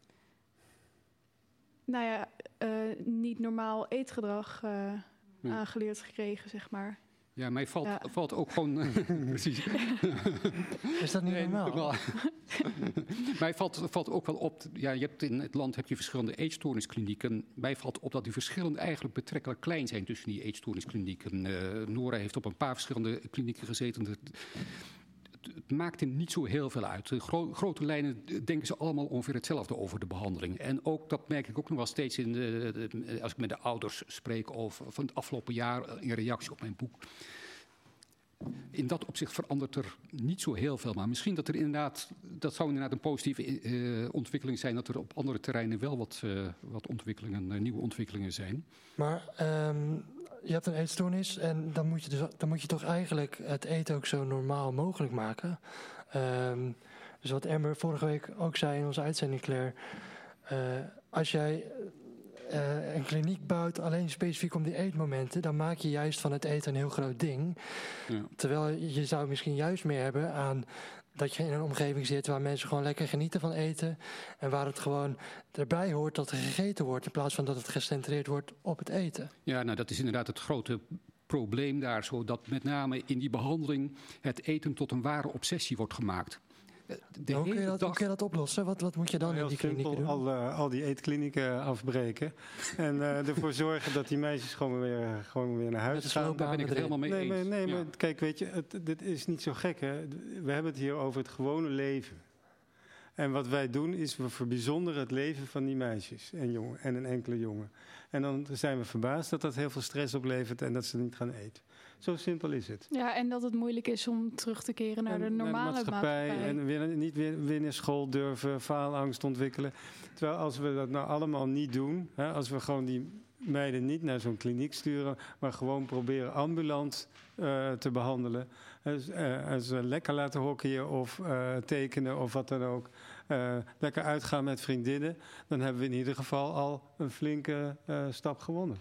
nou ja, uh, niet normaal eetgedrag uh, ja. aangeleerd gekregen, zeg maar. Ja, mij valt, ja. valt ook gewoon... precies. Is dat niet nee, normaal? mij valt, valt ook wel op... Ja, je hebt in het land heb je verschillende eetstoornisklinieken. Mij valt op dat die verschillen eigenlijk betrekkelijk klein zijn tussen die eetstoornisklinieken. Uh, Nora heeft op een paar verschillende klinieken gezeten. Het, het maakt er niet zo heel veel uit. In gro- grote lijnen denken ze allemaal ongeveer hetzelfde over de behandeling. En ook, dat merk ik ook nog wel steeds in de, de, als ik met de ouders spreek over van het afgelopen jaar in reactie op mijn boek. In dat opzicht verandert er niet zo heel veel. Maar misschien dat er inderdaad, dat zou inderdaad een positieve uh, ontwikkeling zijn, dat er op andere terreinen wel wat, uh, wat ontwikkelingen, uh, nieuwe ontwikkelingen zijn. Maar um, je hebt een eetstoornis en dan moet je, dus, dan moet je toch eigenlijk het eten ook zo normaal mogelijk maken. Um, dus wat Amber vorige week ook zei in onze uitzending, Claire. Uh, als jij uh, een kliniek bouwt alleen specifiek om die eetmomenten, dan maak je juist van het eten een heel groot ding. Ja. Terwijl je zou misschien juist meer hebben aan dat je in een omgeving zit waar mensen gewoon lekker genieten van eten. En waar het gewoon erbij hoort dat er gegeten wordt, in plaats van dat het gecentreerd wordt op het eten. Ja, nou dat is inderdaad het grote probleem daar, zodat met name in die behandeling het eten tot een ware obsessie wordt gemaakt. Hoe kun, dat, dag... hoe kun je dat oplossen? Wat, wat moet je dan Heel in die klinieken simpel, doen? Al, uh, al die eetklinieken afbreken. En uh, ervoor zorgen dat die meisjes gewoon weer, gewoon weer naar huis gaan. Daar ben ik het helemaal mee nee, eens. Maar, nee, ja. maar kijk, weet je, het, dit is niet zo gek, hè. We hebben het hier over het gewone leven. En wat wij doen is, we verbijzonderen het leven van die meisjes en, jongen, en een enkele jongen. En dan zijn we verbaasd dat dat heel veel stress oplevert en dat ze niet gaan eten. Zo simpel is het. Ja, en dat het moeilijk is om terug te keren naar en, de normale naar de maatschappij. maatschappij. En weer, niet weer binnen school durven, faalangst ontwikkelen. Terwijl als we dat nou allemaal niet doen, hè, als we gewoon die meiden niet naar zo'n kliniek sturen, maar gewoon proberen ambulant uh, te behandelen. Dus, uh, als ze lekker laten hockeyen of uh, tekenen of wat dan ook. Uh, lekker uitgaan met vriendinnen. Dan hebben we in ieder geval al een flinke uh, stap gewonnen.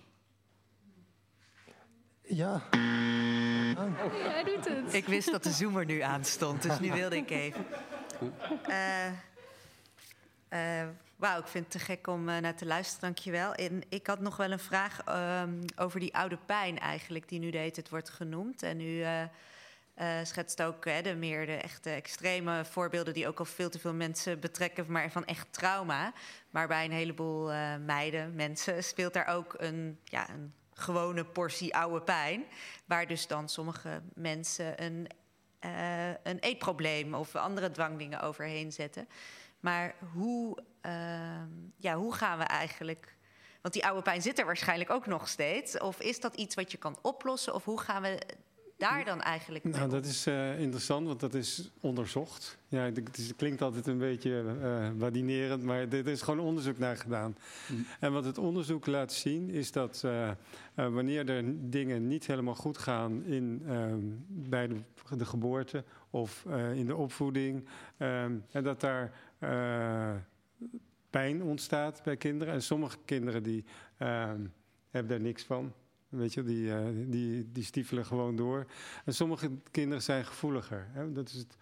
Ja. Oh. Hij doet het. Ik wist dat de zoomer nu aanstond, dus nu wilde ik even. Uh, uh, Wauw, ik vind het te gek om uh, naar te luisteren, dankjewel. En ik had nog wel een vraag um, over die oude pijn eigenlijk, die nu de hele tijd wordt genoemd. En u uh, uh, schetst ook hè, de meer de echte extreme voorbeelden die ook al veel te veel mensen betrekken, maar van echt trauma. Maar bij een heleboel uh, meiden, mensen, speelt daar ook een, ja, een gewone portie oude pijn. Waar dus dan sommige mensen een, uh, een eetprobleem of andere dwangdingen overheen zetten. Maar hoe, uh, ja, hoe gaan we eigenlijk... Want die oude pijn zit er waarschijnlijk ook nog steeds. Of is dat iets wat je kan oplossen? Of hoe gaan we daar dan eigenlijk mee? Nou, dat is uh, interessant, want dat is onderzocht. Ja, het, is, het klinkt altijd een beetje uh, badinerend, maar er is gewoon onderzoek naar gedaan. Mm. En wat het onderzoek laat zien, is dat uh, uh, wanneer er dingen niet helemaal goed gaan in, uh, bij de, de geboorte of uh, in de opvoeding, uh, en dat daar uh, pijn ontstaat bij kinderen. En sommige kinderen die uh, hebben daar niks van. Weet je, die, uh, die, die stiefelen gewoon door. En sommige kinderen zijn gevoeliger. Hè? Dat is het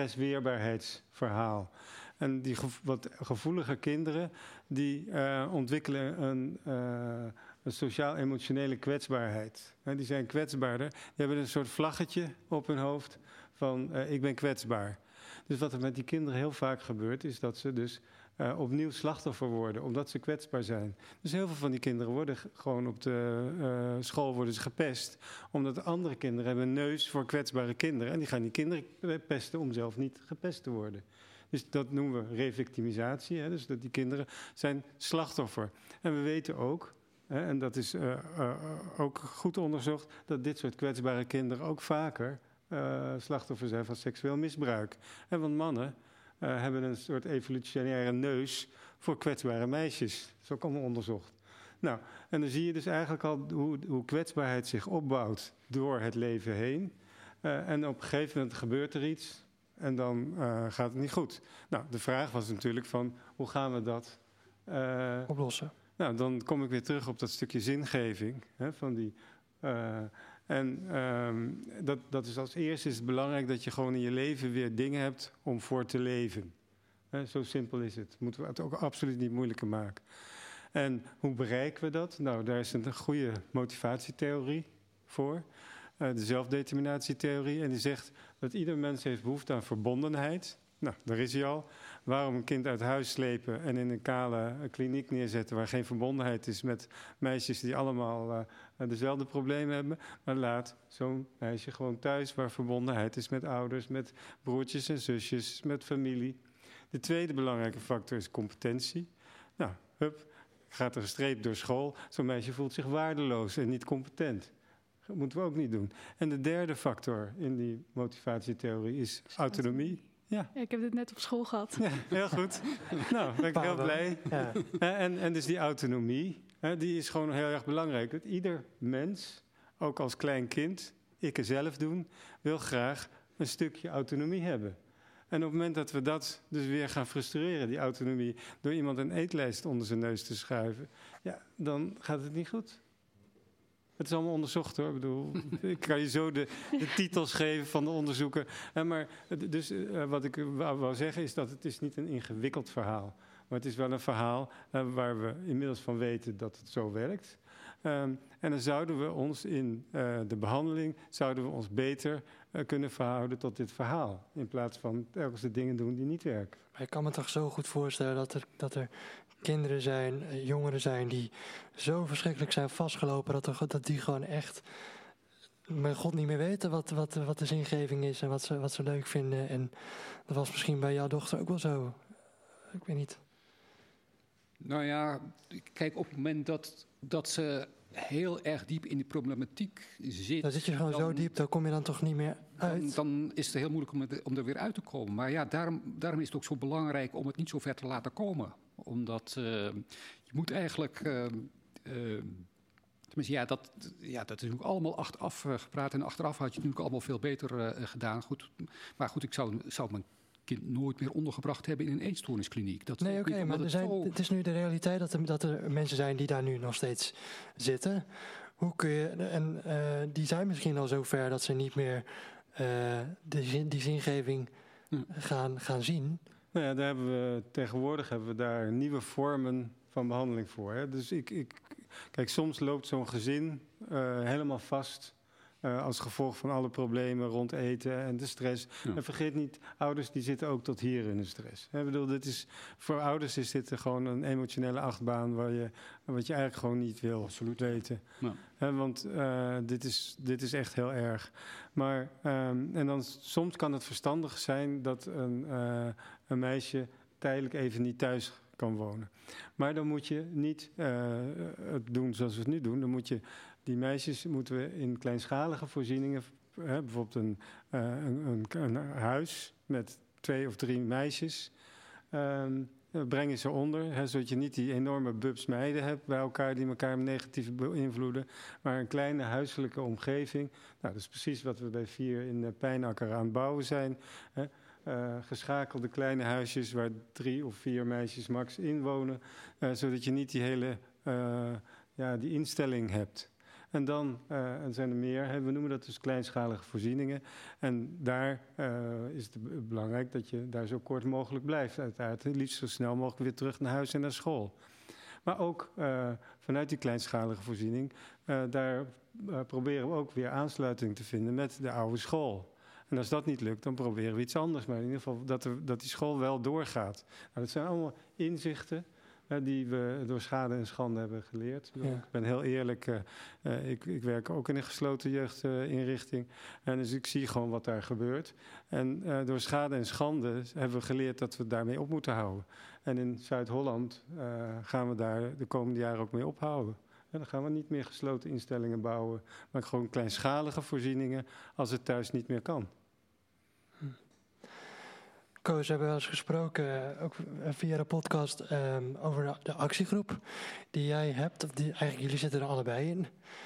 stressweerbaarheidsverhaal. En die gevo- wat gevoeliger kinderen, die uh, ontwikkelen een, uh, een sociaal-emotionele kwetsbaarheid. Hè? Die zijn kwetsbaarder. Die hebben een soort vlaggetje op hun hoofd van uh, ik ben kwetsbaar. Dus wat er met die kinderen heel vaak gebeurt, is dat ze dus uh, opnieuw slachtoffer worden, omdat ze kwetsbaar zijn. Dus heel veel van die kinderen worden g- gewoon op de uh, school worden ze gepest, omdat andere kinderen hebben een neus voor kwetsbare kinderen. En die gaan die kinderen pesten om zelf niet gepest te worden. Dus dat noemen we revictimisatie. Hè? Dus dat die kinderen zijn slachtoffer. En we weten ook, hè, en dat is uh, uh, ook goed onderzocht, dat dit soort kwetsbare kinderen ook vaker Uh, slachtoffer zijn van seksueel misbruik. En want mannen uh, hebben een soort evolutionaire neus voor kwetsbare meisjes. Dat is ook allemaal onderzocht. Nou, en dan zie je dus eigenlijk al hoe, hoe kwetsbaarheid zich opbouwt door het leven heen. Uh, en op een gegeven moment gebeurt er iets en dan uh, gaat het niet goed. Nou, de vraag was natuurlijk van, hoe gaan we dat uh, oplossen? Nou, dan kom ik weer terug op dat stukje zingeving, hè, van die... Uh, En um, dat, dat is als eerste is het belangrijk dat je gewoon in je leven weer dingen hebt om voor te leven. He, zo simpel is het. Moeten we het ook absoluut niet moeilijker maken. En hoe bereiken we dat? Nou, daar is een goede motivatietheorie voor. Uh, de zelfdeterminatietheorie. En die zegt dat ieder mens heeft behoefte aan verbondenheid. Nou, daar is hij al. Waarom een kind uit huis slepen en in een kale kliniek neerzetten waar geen verbondenheid is met meisjes die allemaal uh, dezelfde problemen hebben. Maar laat zo'n meisje gewoon thuis waar verbondenheid is met ouders, met broertjes en zusjes, met familie. De tweede belangrijke factor is competentie. Nou, hup, gaat er een streep door school. Zo'n meisje voelt zich waardeloos en niet competent. Dat moeten we ook niet doen. En de derde factor in die motivatietheorie is autonomie. Ja. Ja, ik heb dit net op school gehad. Ja, heel goed. Nou, ben ik heel blij. Ja. En, en dus die autonomie, die is gewoon heel erg belangrijk. Dat ieder mens, ook als klein kind, ik er zelf doen, wil graag een stukje autonomie hebben. En op het moment dat we dat dus weer gaan frustreren, die autonomie, door iemand een eetlijst onder zijn neus te schuiven, ja, dan gaat het niet goed. Het is allemaal onderzocht hoor. Ik bedoel, ik kan je zo de, de titels geven van de onderzoeken. En maar, dus uh, wat ik wou, wou zeggen is dat het is niet een ingewikkeld verhaal. Maar het is wel een verhaal uh, waar we inmiddels van weten dat het zo werkt. Um, en dan zouden we ons in uh, de behandeling zouden we ons beter uh, kunnen verhouden tot dit verhaal. In plaats van telkens de dingen doen die niet werken. Maar ik kan me toch zo goed voorstellen dat er, dat er kinderen zijn, jongeren zijn die zo verschrikkelijk zijn vastgelopen dat, er, dat die gewoon echt met God niet meer weten wat, wat, wat de zingeving is en wat ze, wat ze leuk vinden. En dat was misschien bij jouw dochter ook wel zo. Ik weet niet. Nou ja, kijk, op het moment dat, dat ze heel erg diep in die problematiek zit... Dan zit je gewoon dan, zo diep, daar kom je dan toch niet meer uit? Dan, dan is het heel moeilijk om, het, om er weer uit te komen. Maar ja, daarom, daarom is het ook zo belangrijk om het niet zo ver te laten komen. Omdat uh, je moet eigenlijk... Uh, uh, tenminste, ja, dat, ja, dat is natuurlijk allemaal achteraf uh, gepraat. En achteraf had je het natuurlijk allemaal veel beter uh, gedaan. Goed, maar goed, ik zou, zou mijn kind nooit meer ondergebracht hebben in een eetstoorniskliniek. Dat nee, oké, okay, maar er zijn, zo... het is nu de realiteit dat er, dat er mensen zijn die daar nu nog steeds zitten. Hoe kun je, en uh, die zijn misschien al zo ver dat ze niet meer uh, die, zin, die zingeving hm. gaan, gaan zien. Nou ja, daar hebben we, tegenwoordig hebben we daar nieuwe vormen van behandeling voor. Hè. Dus ik, ik, kijk, soms loopt zo'n gezin uh, helemaal vast... Uh, als gevolg van alle problemen rond eten en de stress. Ja. En vergeet niet, ouders die zitten ook tot hier in de stress. Ik bedoel, dit is, voor ouders is dit gewoon een emotionele achtbaan... Waar je, wat je eigenlijk gewoon niet wil Absoluut. weten. Ja. He, want uh, dit, is, dit is echt heel erg. Maar, um, en dan soms kan het verstandig zijn dat een, uh, een meisje tijdelijk even niet thuis kan wonen. Maar dan moet je niet uh, het doen zoals we het nu doen. Dan moet je... Die meisjes moeten we in kleinschalige voorzieningen, hè, bijvoorbeeld een, uh, een, een, een huis met twee of drie meisjes, um, brengen ze onder. Hè, zodat je niet die enorme bubs meiden hebt bij elkaar die elkaar negatief beïnvloeden. Maar een kleine huiselijke omgeving. Nou, dat is precies wat we bij Vier in Pijnakker aan het bouwen zijn. Hè. uh, geschakelde kleine huisjes waar drie of vier meisjes max in wonen, uh, zodat je niet die hele uh, ja, die instelling hebt. En dan uh, zijn er meer, hè, we noemen dat dus kleinschalige voorzieningen. En daar uh, is het belangrijk dat je daar zo kort mogelijk blijft. Uiteraard het liefst zo snel mogelijk weer terug naar huis en naar school. Maar ook uh, vanuit die kleinschalige voorziening, uh, daar uh, proberen we ook weer aansluiting te vinden met de oude school. En als dat niet lukt, dan proberen we iets anders. Maar in ieder geval dat, er, dat die school wel doorgaat. Nou, dat zijn allemaal inzichten uh, die we door schade en schande hebben geleerd. Ja. Ik ben heel eerlijk, uh, uh, ik, ik werk ook in een gesloten jeugdinrichting. Uh, en dus ik zie gewoon wat daar gebeurt. En uh, door schade en schande hebben we geleerd dat we daarmee op moeten houden. En in Zuid-Holland uh, gaan we daar de komende jaren ook mee ophouden. En dan gaan we niet meer gesloten instellingen bouwen, maar gewoon kleinschalige voorzieningen als het thuis niet meer kan. Koos, we hebben wel eens gesproken, ook via de podcast, um, over de actiegroep die jij hebt. Of die, eigenlijk, jullie zitten er allebei in.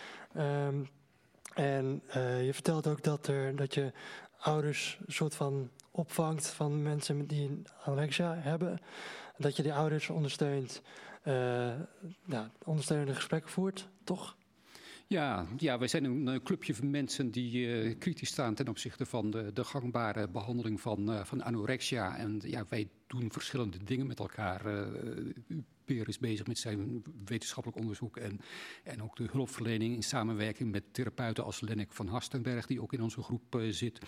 Um, en uh, je vertelt ook dat, er, dat je ouders een soort van opvangt van mensen die anorexia hebben. Dat je die ouders ondersteunt, uh, nou, ondersteunende gesprekken voert, toch? Ja, ja, wij zijn een clubje van mensen die uh, kritisch staan ten opzichte van de, de gangbare behandeling van, uh, van anorexia. En ja, wij doen verschillende dingen met elkaar. Uh, Peer is bezig met zijn wetenschappelijk onderzoek en, en ook de hulpverlening in samenwerking met therapeuten als Lennek van Harstenberg, die ook in onze groep uh, zit.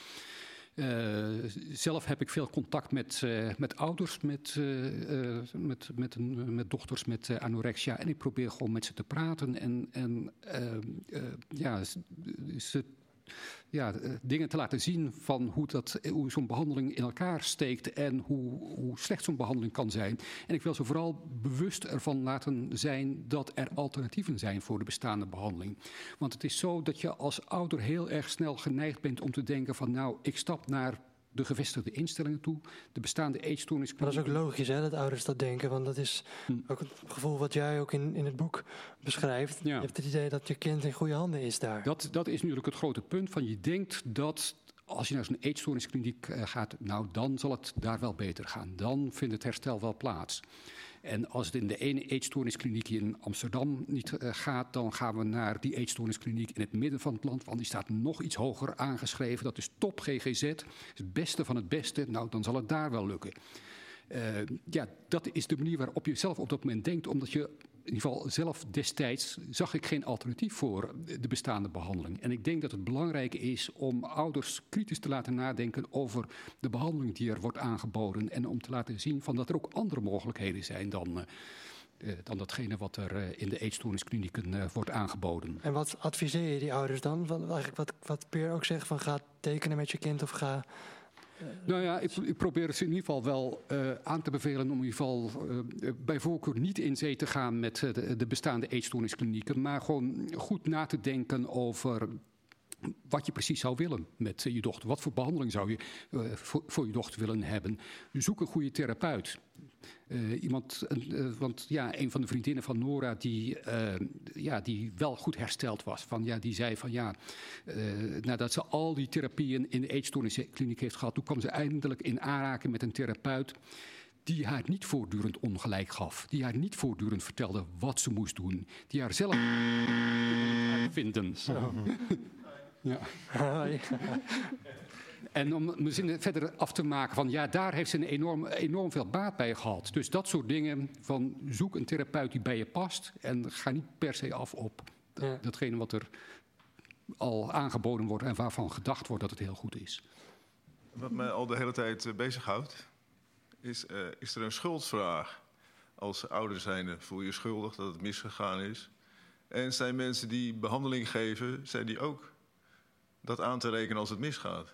Uh, zelf heb ik veel contact met, uh, met ouders, met, uh, uh, met, met, een, met dochters met uh, anorexia. En ik probeer gewoon met ze te praten en, en uh, uh, ja, ze, ja, dingen te laten zien van hoe, dat, hoe zo'n behandeling in elkaar steekt en hoe, hoe slecht zo'n behandeling kan zijn. En ik wil ze vooral bewust ervan laten zijn dat er alternatieven zijn voor de bestaande behandeling. Want het is zo dat je als ouder heel erg snel geneigd bent om te denken van nou, ik stap naar de gevestigde instellingen toe, de bestaande eetstoorniskliniek. Maar dat is ook logisch, hè, dat ouders dat denken, want dat is hm. ook het gevoel wat jij ook in, in het boek beschrijft. Ja. Je hebt het idee dat je kind in goede handen is daar. Dat, dat is natuurlijk het grote punt van je denkt dat als je naar zo'n eetstoorniskliniek uh, gaat, nou dan zal het daar wel beter gaan. Dan vindt het herstel wel plaats. En als het in de ene eetstoorniskliniek in Amsterdam niet uh, gaat, dan gaan we naar die eetstoorniskliniek in het midden van het land. Want die staat nog iets hoger aangeschreven. Dat is top G G Z, het beste van het beste. Nou, dan zal het daar wel lukken. Uh, ja, dat is de manier waarop je zelf op dat moment denkt, omdat je in ieder geval zelf destijds zag ik geen alternatief voor de bestaande behandeling. En ik denk dat het belangrijk is om ouders kritisch te laten nadenken over de behandeling die er wordt aangeboden. En om te laten zien van dat er ook andere mogelijkheden zijn dan, uh, dan datgene wat er uh, in de eetstoornisklinieken uh, wordt aangeboden. En wat adviseer je die ouders dan? Wat, eigenlijk wat, wat Peer ook zegt van ga tekenen met je kind of ga... Nou ja, ik, ik probeer het in ieder geval wel uh, aan te bevelen om in ieder geval uh, bij voorkeur niet in zee te gaan met uh, de, de bestaande eetstoornisklinieken, maar gewoon goed na te denken over wat je precies zou willen met uh, je dochter. Wat voor behandeling zou je uh, voor, voor je dochter willen hebben? Zoek een goede therapeut. Uh, iemand, uh, want ja, een van de vriendinnen van Nora die, uh, ja, die wel goed hersteld was. Van, ja, die zei van ja, uh, nadat ze al die therapieën in de eetstoorniskliniek heeft gehad, toen kwam ze eindelijk in aanraking met een therapeut die haar niet voortdurend ongelijk gaf. Die haar niet voortdurend vertelde wat ze moest doen. Die haar zelf vinden. Zo. Ja. En om mijn zin verder af te maken van ja, daar heeft ze een enorm, enorm veel baat bij gehad. Dus dat soort dingen van zoek een therapeut die bij je past en ga niet per se af op ja. datgene wat er al aangeboden wordt en waarvan gedacht wordt dat het heel goed is. Wat mij al de hele tijd uh, bezighoudt, is, uh, is er een schuldvraag. Als ouder zijnde voel je je schuldig dat het misgegaan is. En zijn mensen die behandeling geven, zijn die ook dat aan te rekenen als het misgaat?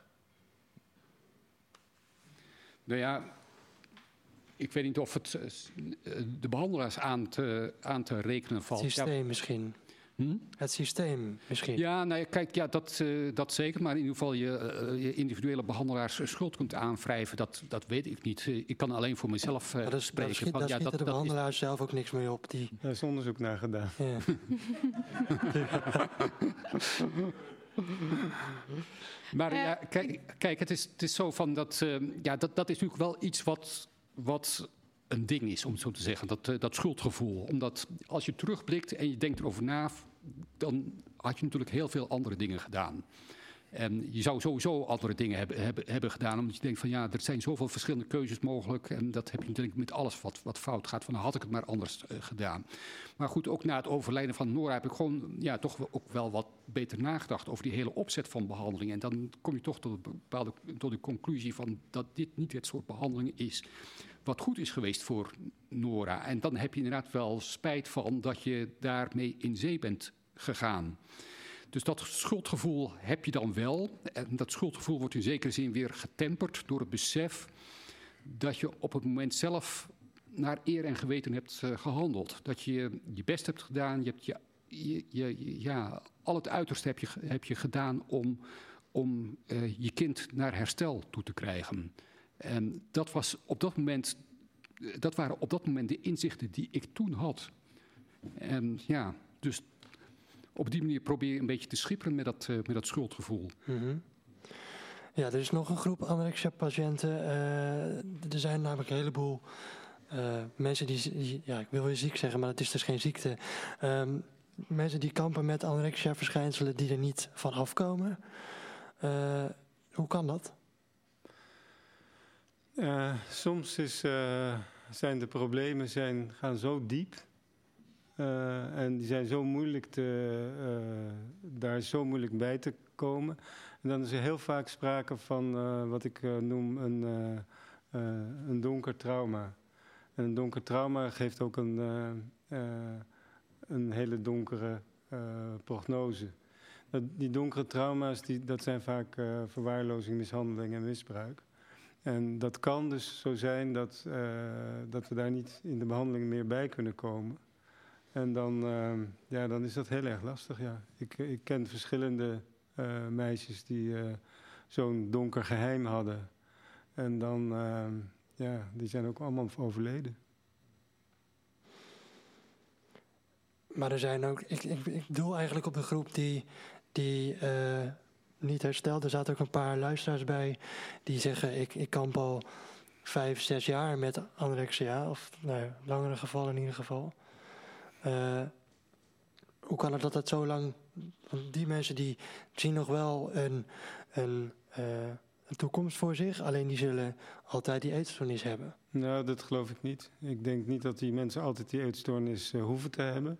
Nou ja, ik weet niet of het de behandelaars aan te, aan te rekenen valt. Het systeem ja. misschien. Hm? Het systeem misschien. Ja, nou ja, kijk, ja, dat, uh, dat zeker. Maar in ieder geval je, uh, je individuele behandelaars schuld kunt aanwrijven, dat, dat weet ik niet. Uh, ik kan alleen voor mezelf uh, dat is, spreken. Daar schiet, van, daar ja, schieten dat, de behandelaars is... zelf ook niks mee op. Die... Daar is onderzoek naar gedaan. Ja. Maar ja, kijk, kijk het, is, het is zo van dat, uh, ja, dat... Dat is natuurlijk wel iets wat, wat een ding is, om het zo te zeggen. Dat, uh, dat schuldgevoel. Omdat als je terugblikt en je denkt erover na... dan had je natuurlijk heel veel andere dingen gedaan. En je zou sowieso andere dingen hebben, hebben, hebben gedaan. Omdat je denkt van ja, er zijn zoveel verschillende keuzes mogelijk. En dat heb je natuurlijk met alles wat, wat fout gaat. Van had ik het maar anders uh, gedaan. Maar goed, ook na het overlijden van Nora heb ik gewoon ja, toch ook wel wat beter nagedacht over die hele opzet van behandeling. En dan kom je toch tot, een bepaalde, tot de conclusie van dat dit niet het soort behandeling is wat goed is geweest voor Nora. En dan heb je inderdaad wel spijt van dat je daarmee in zee bent gegaan. Dus dat schuldgevoel heb je dan wel. En dat schuldgevoel wordt in zekere zin weer getemperd door het besef dat je op het moment zelf naar eer en geweten hebt uh, gehandeld. Dat je je best hebt gedaan. Je hebt je, je, je, ja, al het uiterste heb je, heb je gedaan om, om uh, je kind naar herstel toe te krijgen. En dat was op dat moment, dat waren op dat moment de inzichten die ik toen had. En ja, dus op die manier probeer je een beetje te schipperen met dat, uh, met dat schuldgevoel. Mm-hmm. Ja, er is nog een groep anorexia-patiënten. Uh, er zijn namelijk een heleboel uh, mensen die, die... Ja, ik wil weer ziek zeggen, maar het is dus geen ziekte. Um, mensen die kampen met anorexia-verschijnselen die er niet van afkomen. Uh, hoe kan dat? Uh, soms is, uh, zijn de problemen zijn, gaan zo diep... Uh, en die zijn zo moeilijk te, uh, daar is zo moeilijk bij te komen. En dan is er heel vaak sprake van uh, wat ik uh, noem een, uh, uh, een donker trauma. En een donker trauma geeft ook een, uh, uh, een hele donkere uh, prognose. Dat, die donkere trauma's, die, dat zijn vaak uh, verwaarlozing, mishandeling en misbruik. En dat kan dus zo zijn dat, uh, dat we daar niet in de behandeling meer bij kunnen komen. En dan, uh, ja, dan is dat heel erg lastig, ja. Ik, ik ken verschillende uh, meisjes die uh, zo'n donker geheim hadden. En dan, uh, ja, die zijn ook allemaal overleden. Maar er zijn ook, ik, ik, ik doel eigenlijk op de groep die, die uh, niet herstelt. Er zaten ook een paar luisteraars bij die zeggen, ik, ik kamp al vijf, zes jaar met anorexia. Of nou ja, langere gevallen in ieder geval. Uh, hoe kan het dat dat zo lang... Want die mensen die zien nog wel een, een, uh, een toekomst voor zich. Alleen die zullen altijd die eetstoornis hebben. Nou, dat geloof ik niet. Ik denk niet dat die mensen altijd die eetstoornis uh, hoeven te hebben.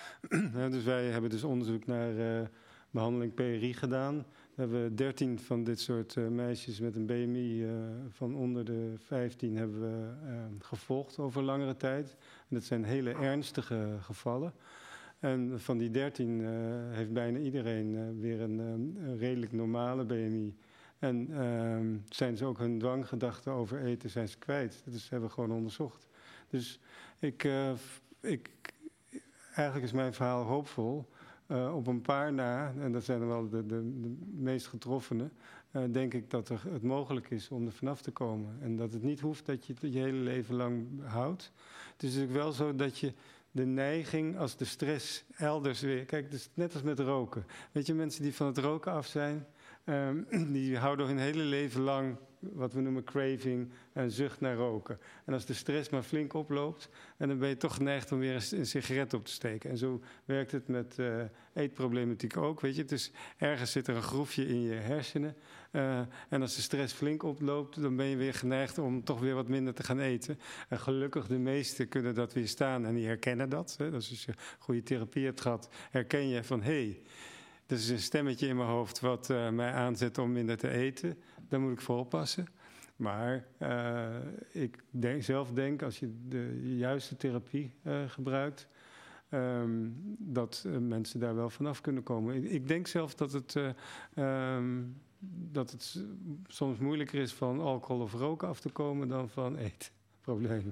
Dus wij hebben dus onderzoek naar uh, behandeling P R I gedaan. We hebben dertien van dit soort uh, meisjes met een B M I uh, van onder de vijftien hebben we uh, gevolgd over langere tijd. En dat zijn hele ernstige gevallen. En van die dertien uh, heeft bijna iedereen uh, weer een, een redelijk normale B M I. En uh, zijn ze ook hun dwanggedachten over eten zijn ze kwijt. Dat is, hebben we gewoon onderzocht. Dus ik, uh, ik, eigenlijk is mijn verhaal hoopvol. Uh, op een paar na, en dat zijn er wel de, de, de meest getroffenen, uh, denk ik dat er, het mogelijk is om er vanaf te komen. En dat het niet hoeft dat je het je hele leven lang houdt. Het is natuurlijk wel zo dat je de neiging, als de stress elders weer... Kijk, het is net als met roken. Weet je, mensen die van het roken af zijn, um, die houden hun hele leven lang wat we noemen craving en zucht naar roken. En als de stress maar flink oploopt, en dan ben je toch geneigd om weer een, een sigaret op te steken. En zo werkt het met uh, eetproblematiek ook, weet je. Dus ergens zit er een groefje in je hersenen. Uh, en als de stress flink oploopt, dan ben je weer geneigd om toch weer wat minder te gaan eten. En gelukkig de meesten kunnen dat weerstaan en die herkennen dat. Hè. Dus als je goede therapie hebt gehad, herken je van, hé, hey, er is een stemmetje in mijn hoofd wat uh, mij aanzet om minder te eten. Daar moet ik voor oppassen. Maar uh, ik denk, zelf denk, als je de juiste therapie uh, gebruikt, um, dat uh, mensen daar wel vanaf kunnen komen. Ik, ik denk zelf dat het, uh, um, dat het soms moeilijker is van alcohol of roken af te komen dan van eetproblemen.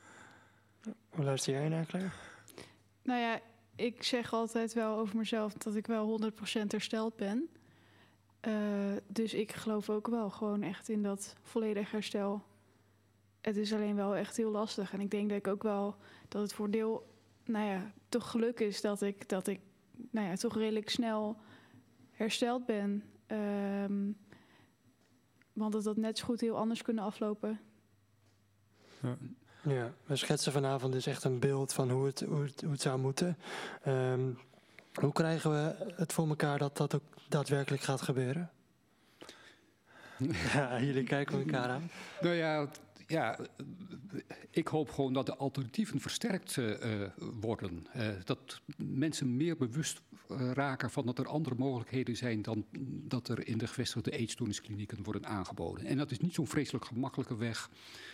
Hoe luister jij naar, Claire? Nou ja, ik zeg altijd wel over mezelf dat ik wel honderd procent hersteld ben. Uh, dus ik geloof ook wel gewoon echt in dat volledig herstel. Het is alleen wel echt heel lastig. En ik denk dat ik ook wel dat het voordeel, nou ja, toch geluk is dat ik, dat ik nou ja, toch redelijk snel hersteld ben. Um, want dat had net zo goed heel anders kunnen aflopen. Ja. Ja, we schetsen vanavond dus echt een beeld van hoe het, hoe het, hoe het zou moeten. Um, hoe krijgen we het voor elkaar dat dat ook daadwerkelijk gaat gebeuren? Ja, jullie kijken elkaar aan. Nou ja, ja, ik hoop gewoon dat de alternatieven versterkt uh, worden. Uh, dat mensen meer bewust uh, raken van dat er andere mogelijkheden zijn dan dat er in de gevestigde eetstoornisklinieken worden aangeboden. En dat is niet zo'n vreselijk gemakkelijke weg.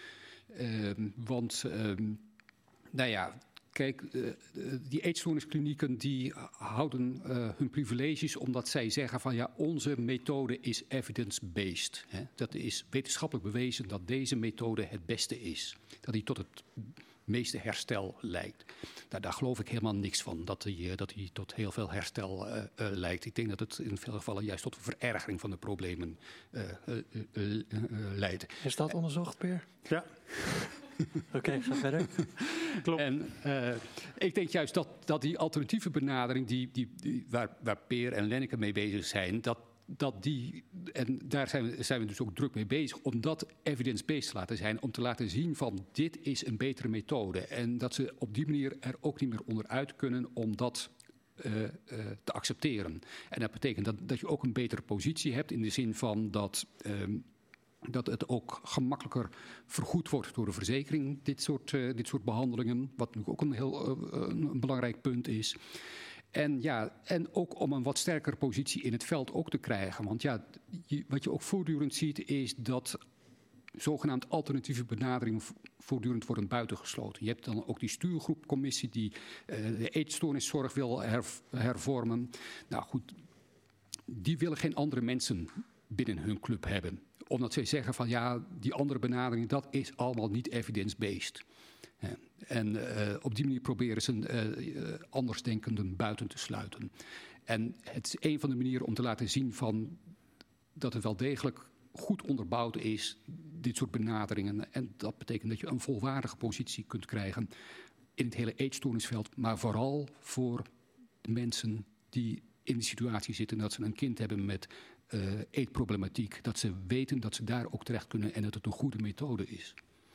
Uh, want, uh, nou ja, kijk, uh, die eetstoornisklinieken die houden uh, hun privileges omdat zij zeggen van ja, onze methode is evidence-based. Hè? Dat is wetenschappelijk bewezen dat deze methode het beste is. Dat die tot het meeste herstel leidt. Nou, daar geloof ik helemaal niks van, dat die, dat die tot heel veel herstel uh, uh, leidt. Ik denk dat het in veel gevallen juist tot een verergering van de problemen uh, uh, uh, uh, leidt. Is dat onderzocht, Peer? Ja. Oké, okay, ga verder. Klopt. En uh, ik denk juist dat, dat die alternatieve benadering, die, die, die, waar, waar Peer en Lenneke mee bezig zijn, dat, dat die, en daar zijn we, zijn we dus ook druk mee bezig, om dat evidence-based te laten zijn, om te laten zien van dit is een betere methode. En dat ze op die manier er ook niet meer onderuit kunnen om dat uh, uh, te accepteren. En dat betekent dat, dat je ook een betere positie hebt in de zin van dat Um, dat het ook gemakkelijker vergoed wordt door de verzekering, dit soort, uh, dit soort behandelingen. Wat natuurlijk ook een heel uh, een belangrijk punt is. En, ja, en ook om een wat sterkere positie in het veld ook te krijgen. Want ja, je, wat je ook voortdurend ziet is dat zogenaamd alternatieve benaderingen voortdurend worden buitengesloten. Je hebt dan ook die stuurgroepcommissie die uh, de eetstoorniszorg wil herv- hervormen. Nou goed, die willen geen andere mensen binnen hun club hebben. Omdat zij zeggen van ja, die andere benadering, dat is allemaal niet evidence-based. En uh, op die manier proberen ze uh, andersdenkenden buiten te sluiten. En het is een van de manieren om te laten zien van dat het wel degelijk goed onderbouwd is, dit soort benaderingen. En dat betekent dat je een volwaardige positie kunt krijgen in het hele eetstoornisveld. Maar vooral voor de mensen die in de situatie zitten dat ze een kind hebben met Uh, eetproblematiek, dat ze weten dat ze daar ook terecht kunnen en dat het een goede methode is.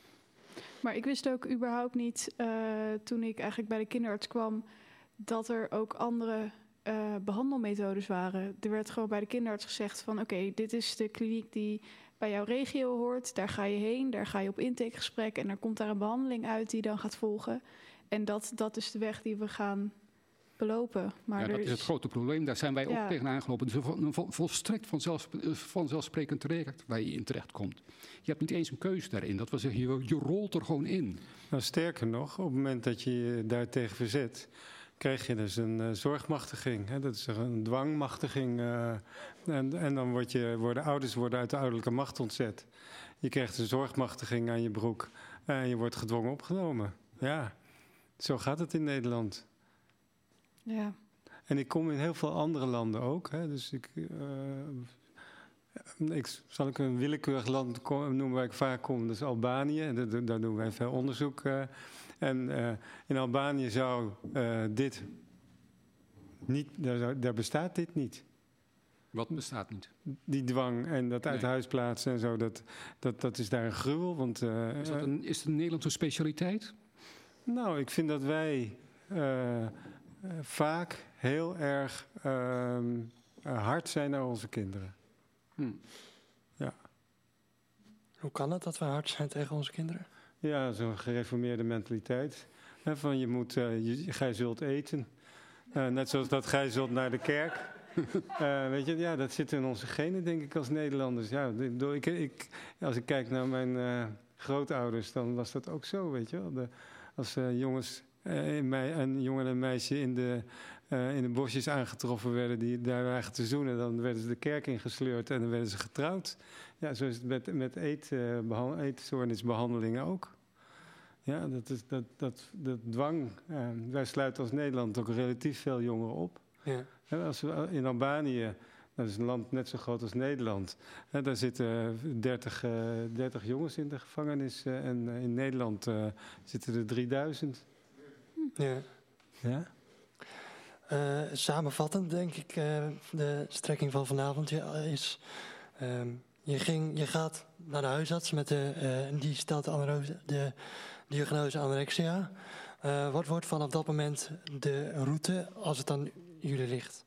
Maar ik wist ook überhaupt niet, uh, toen ik eigenlijk bij de kinderarts kwam, dat er ook andere uh, behandelmethodes waren. Er werd gewoon bij de kinderarts gezegd van oké, okay, dit is de kliniek die bij jouw regio hoort, daar ga je heen, daar ga je op intakegesprek en dan komt daar een behandeling uit die dan gaat volgen. En dat, dat is de weg die we gaan belopen. Maar ja, dat is het grote probleem. Daar zijn wij ja. ook tegenaan gelopen. Het is een vol, volstrekt vanzelf, vanzelfsprekend traject waar je in terecht komt. Je hebt niet eens een keuze daarin. Dat wil zeggen, je, je rolt er gewoon in. Nou, sterker nog, op het moment dat je je daartegen verzet, krijg je dus een uh, zorgmachtiging. Hè? Dat is een dwangmachtiging. Uh, en, en dan word je, worden ouders worden uit de ouderlijke macht ontzet. Je krijgt een zorgmachtiging aan je broek en je wordt gedwongen opgenomen. Ja, zo gaat het in Nederland. Ja. En ik kom in heel veel andere landen ook. Hè. Dus ik, uh, ik zal ik een willekeurig land noemen waar ik vaak kom. Dat is Albanië. En daar, daar doen wij veel onderzoek. Uh, en uh, in Albanië zou uh, dit niet, daar, zou, daar bestaat dit niet. Wat bestaat niet? Die dwang en dat uit nee. huis plaatsen en zo, dat, dat, dat is daar een gruwel. Want, uh, is, dat een, is het een Nederlandse specialiteit? Nou, ik vind dat wij Uh, Uh, vaak heel erg uh, uh, hard zijn naar onze kinderen. Hmm. Ja. Hoe kan het dat we hard zijn tegen onze kinderen? Ja, zo'n gereformeerde mentaliteit. He, van je moet, uh, je, gij zult eten. Uh, net zoals dat gij zult naar de kerk. Uh, weet je, ja, dat zit in onze genen, denk ik, als Nederlanders. Ja, ik, ik, als ik kijk naar mijn uh, grootouders, dan was dat ook zo, weet je wel. De, als uh, jongens... Uh, een jongen en een meisje in de, uh, in de bosjes aangetroffen werden die daar waren te zoenen, dan werden ze de kerk ingesleurd en dan werden ze getrouwd. Ja, zo is het met, met eet, uh, behand, eetstoornisbehandelingen ook. Ja, dat, is, dat, dat, dat dwang. Uh, wij sluiten als Nederland ook relatief veel jongeren op. Ja. Uh, als we in Albanië, dat is een land net zo groot als Nederland, uh, daar zitten dertig, uh, dertig jongens in de gevangenis uh, en uh, in Nederland uh, zitten er drieduizend. Ja. Ja? Uh, samenvattend denk ik, uh, de strekking van vanavond is... Um, je, ging, je gaat naar de huisarts met de, uh, die stelt de, de diagnose anorexia. Uh, wat wordt vanaf dat moment de route als het aan jullie ligt?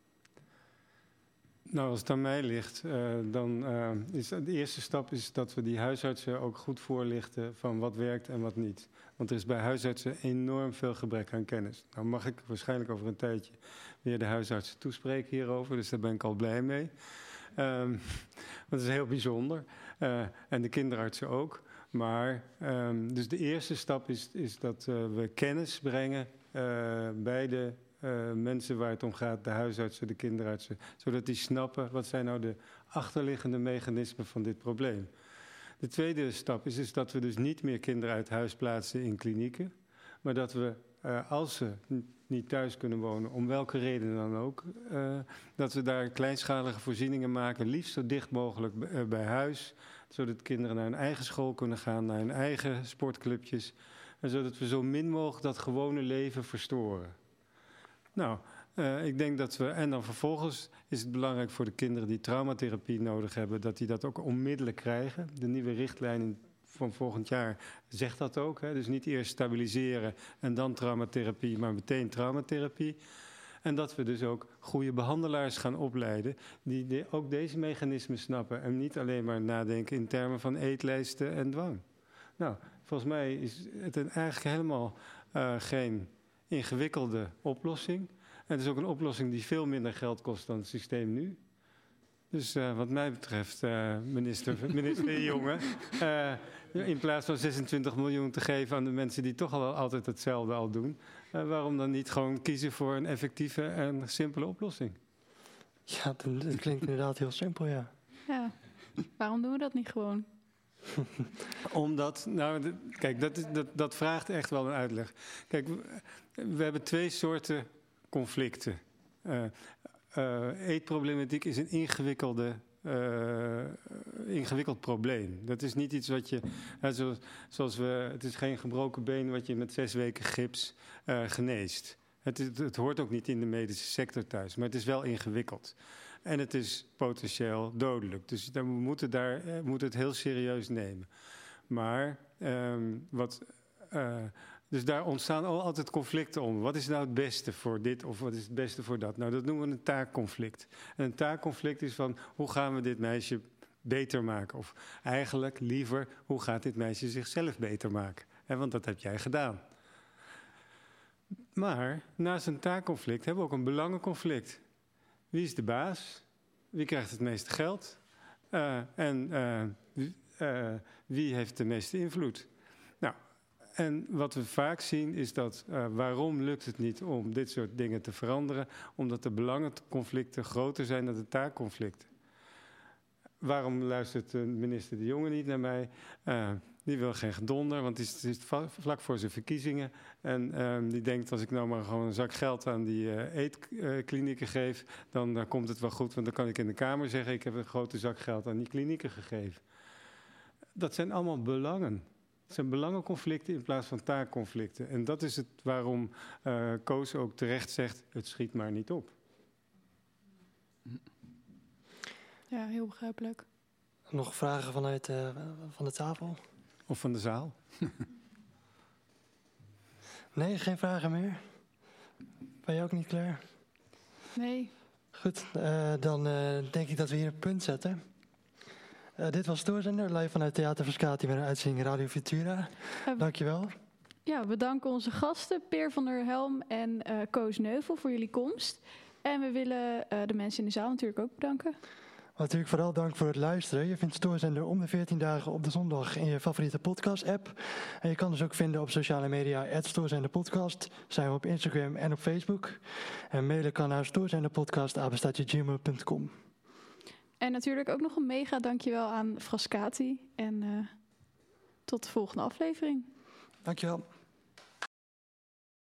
Nou, als het aan mij ligt, uh, dan uh, is de eerste stap is dat we die huisartsen ook goed voorlichten van wat werkt en wat niet. Want er is bij huisartsen enorm veel gebrek aan kennis. Nou mag ik waarschijnlijk over een tijdje weer de huisartsen toespreken hierover, dus daar ben ik al blij mee. Um, dat is heel bijzonder. Uh, en de kinderartsen ook. Maar, um, dus de eerste stap is, is dat uh, we kennis brengen uh, bij de uh, mensen waar het om gaat, de huisartsen, de kinderartsen, zodat die snappen wat zijn nou de achterliggende mechanismen van dit probleem. De tweede stap is, is dat we dus niet meer kinderen uit huis plaatsen in klinieken, maar dat we, uh, als ze niet thuis kunnen wonen, om welke reden dan ook, uh, dat we daar kleinschalige voorzieningen maken, liefst zo dicht mogelijk b- uh, bij huis, zodat kinderen naar hun eigen school kunnen gaan, naar hun eigen sportclubjes, en zodat we zo min mogelijk dat gewone leven verstoren. Nou, uh, ik denk dat we, en dan vervolgens is het belangrijk voor de kinderen die traumatherapie nodig hebben, dat die dat ook onmiddellijk krijgen. De nieuwe richtlijn van volgend jaar zegt dat ook. Hè? Dus niet eerst stabiliseren en dan traumatherapie, maar meteen traumatherapie. En dat we dus ook goede behandelaars gaan opleiden die de, ook deze mechanismen snappen en niet alleen maar nadenken in termen van eetlijsten en dwang. Nou, volgens mij is het een, eigenlijk helemaal uh, geen ingewikkelde oplossing. En het is ook een oplossing die veel minder geld kost dan het systeem nu. Dus uh, wat mij betreft, uh, minister, minister Jonge, uh, in plaats van zesentwintig miljoen te geven aan de mensen die toch al altijd hetzelfde al doen, uh, waarom dan niet gewoon kiezen voor een effectieve en simpele oplossing? Ja, dat klinkt inderdaad heel simpel, ja. Ja, waarom doen we dat niet gewoon? Omdat, nou, de, kijk, dat, is, dat, dat vraagt echt wel een uitleg. Kijk, we, we hebben twee soorten conflicten. Uh, uh, eetproblematiek is een ingewikkelde, uh, ingewikkeld probleem. Dat is niet iets wat je, uh, zoals, zoals we, het is geen gebroken been wat je met zes weken gips uh, geneest. Het, het, het hoort ook niet in de medische sector thuis, maar het is wel ingewikkeld. En het is potentieel dodelijk. Dus dan moeten daar, we moeten het heel serieus nemen. Maar um, wat, uh, dus daar ontstaan al altijd conflicten om. Wat is nou het beste voor dit of wat is het beste voor dat? Nou, dat noemen we een taakconflict. En een taakconflict is van, hoe gaan we dit meisje beter maken? Of eigenlijk liever, hoe gaat dit meisje zichzelf beter maken? He, want dat heb jij gedaan. Maar naast een taakconflict hebben we ook een belangenconflict. Wie is de baas? Wie krijgt het meeste geld? Uh, en uh, wie, uh, wie heeft de meeste invloed? Nou, en wat we vaak zien is dat, uh, waarom lukt het niet om dit soort dingen te veranderen? Omdat de belangenconflicten groter zijn dan de taakconflicten. Waarom luistert de minister De Jonge niet naar mij? Uh, die wil geen gedonder, want het is, het is vlak voor zijn verkiezingen. En uh, die denkt, als ik nou maar gewoon een zak geld aan die uh, eetklinieken geef, dan uh, komt het wel goed. Want dan kan ik in de Kamer zeggen, ik heb een grote zak geld aan die klinieken gegeven. Dat zijn allemaal belangen. Het zijn belangenconflicten in plaats van taakconflicten. En dat is het waarom uh, Koos ook terecht zegt, het schiet maar niet op. Ja, heel begrijpelijk. Nog vragen vanuit uh, van de tafel? Of van de zaal? Nee, geen vragen meer? Ben je ook niet klaar? Nee. Goed, uh, dan uh, denk ik dat we hier een punt zetten. Uh, dit was Stoorzender, live vanuit Theater Frascati met een uitzending Radio Futura. Uh, Dankjewel. Ja, we danken onze gasten Peer van der Helm en uh, Koos Neuvel voor jullie komst. En we willen uh, de mensen in de zaal natuurlijk ook bedanken. Natuurlijk vooral dank voor het luisteren. Je vindt Stoorzender om de veertien dagen op de zondag in je favoriete podcast-app. En je kan dus ook vinden op sociale media at Stoorzenderpodcast. Zijn we op Instagram en op Facebook. En mailen kan naar stoorzenderpodcast apenstaartje gmail punt com. En natuurlijk ook nog een mega dankjewel aan Frascati. En uh, tot de volgende aflevering. Dankjewel.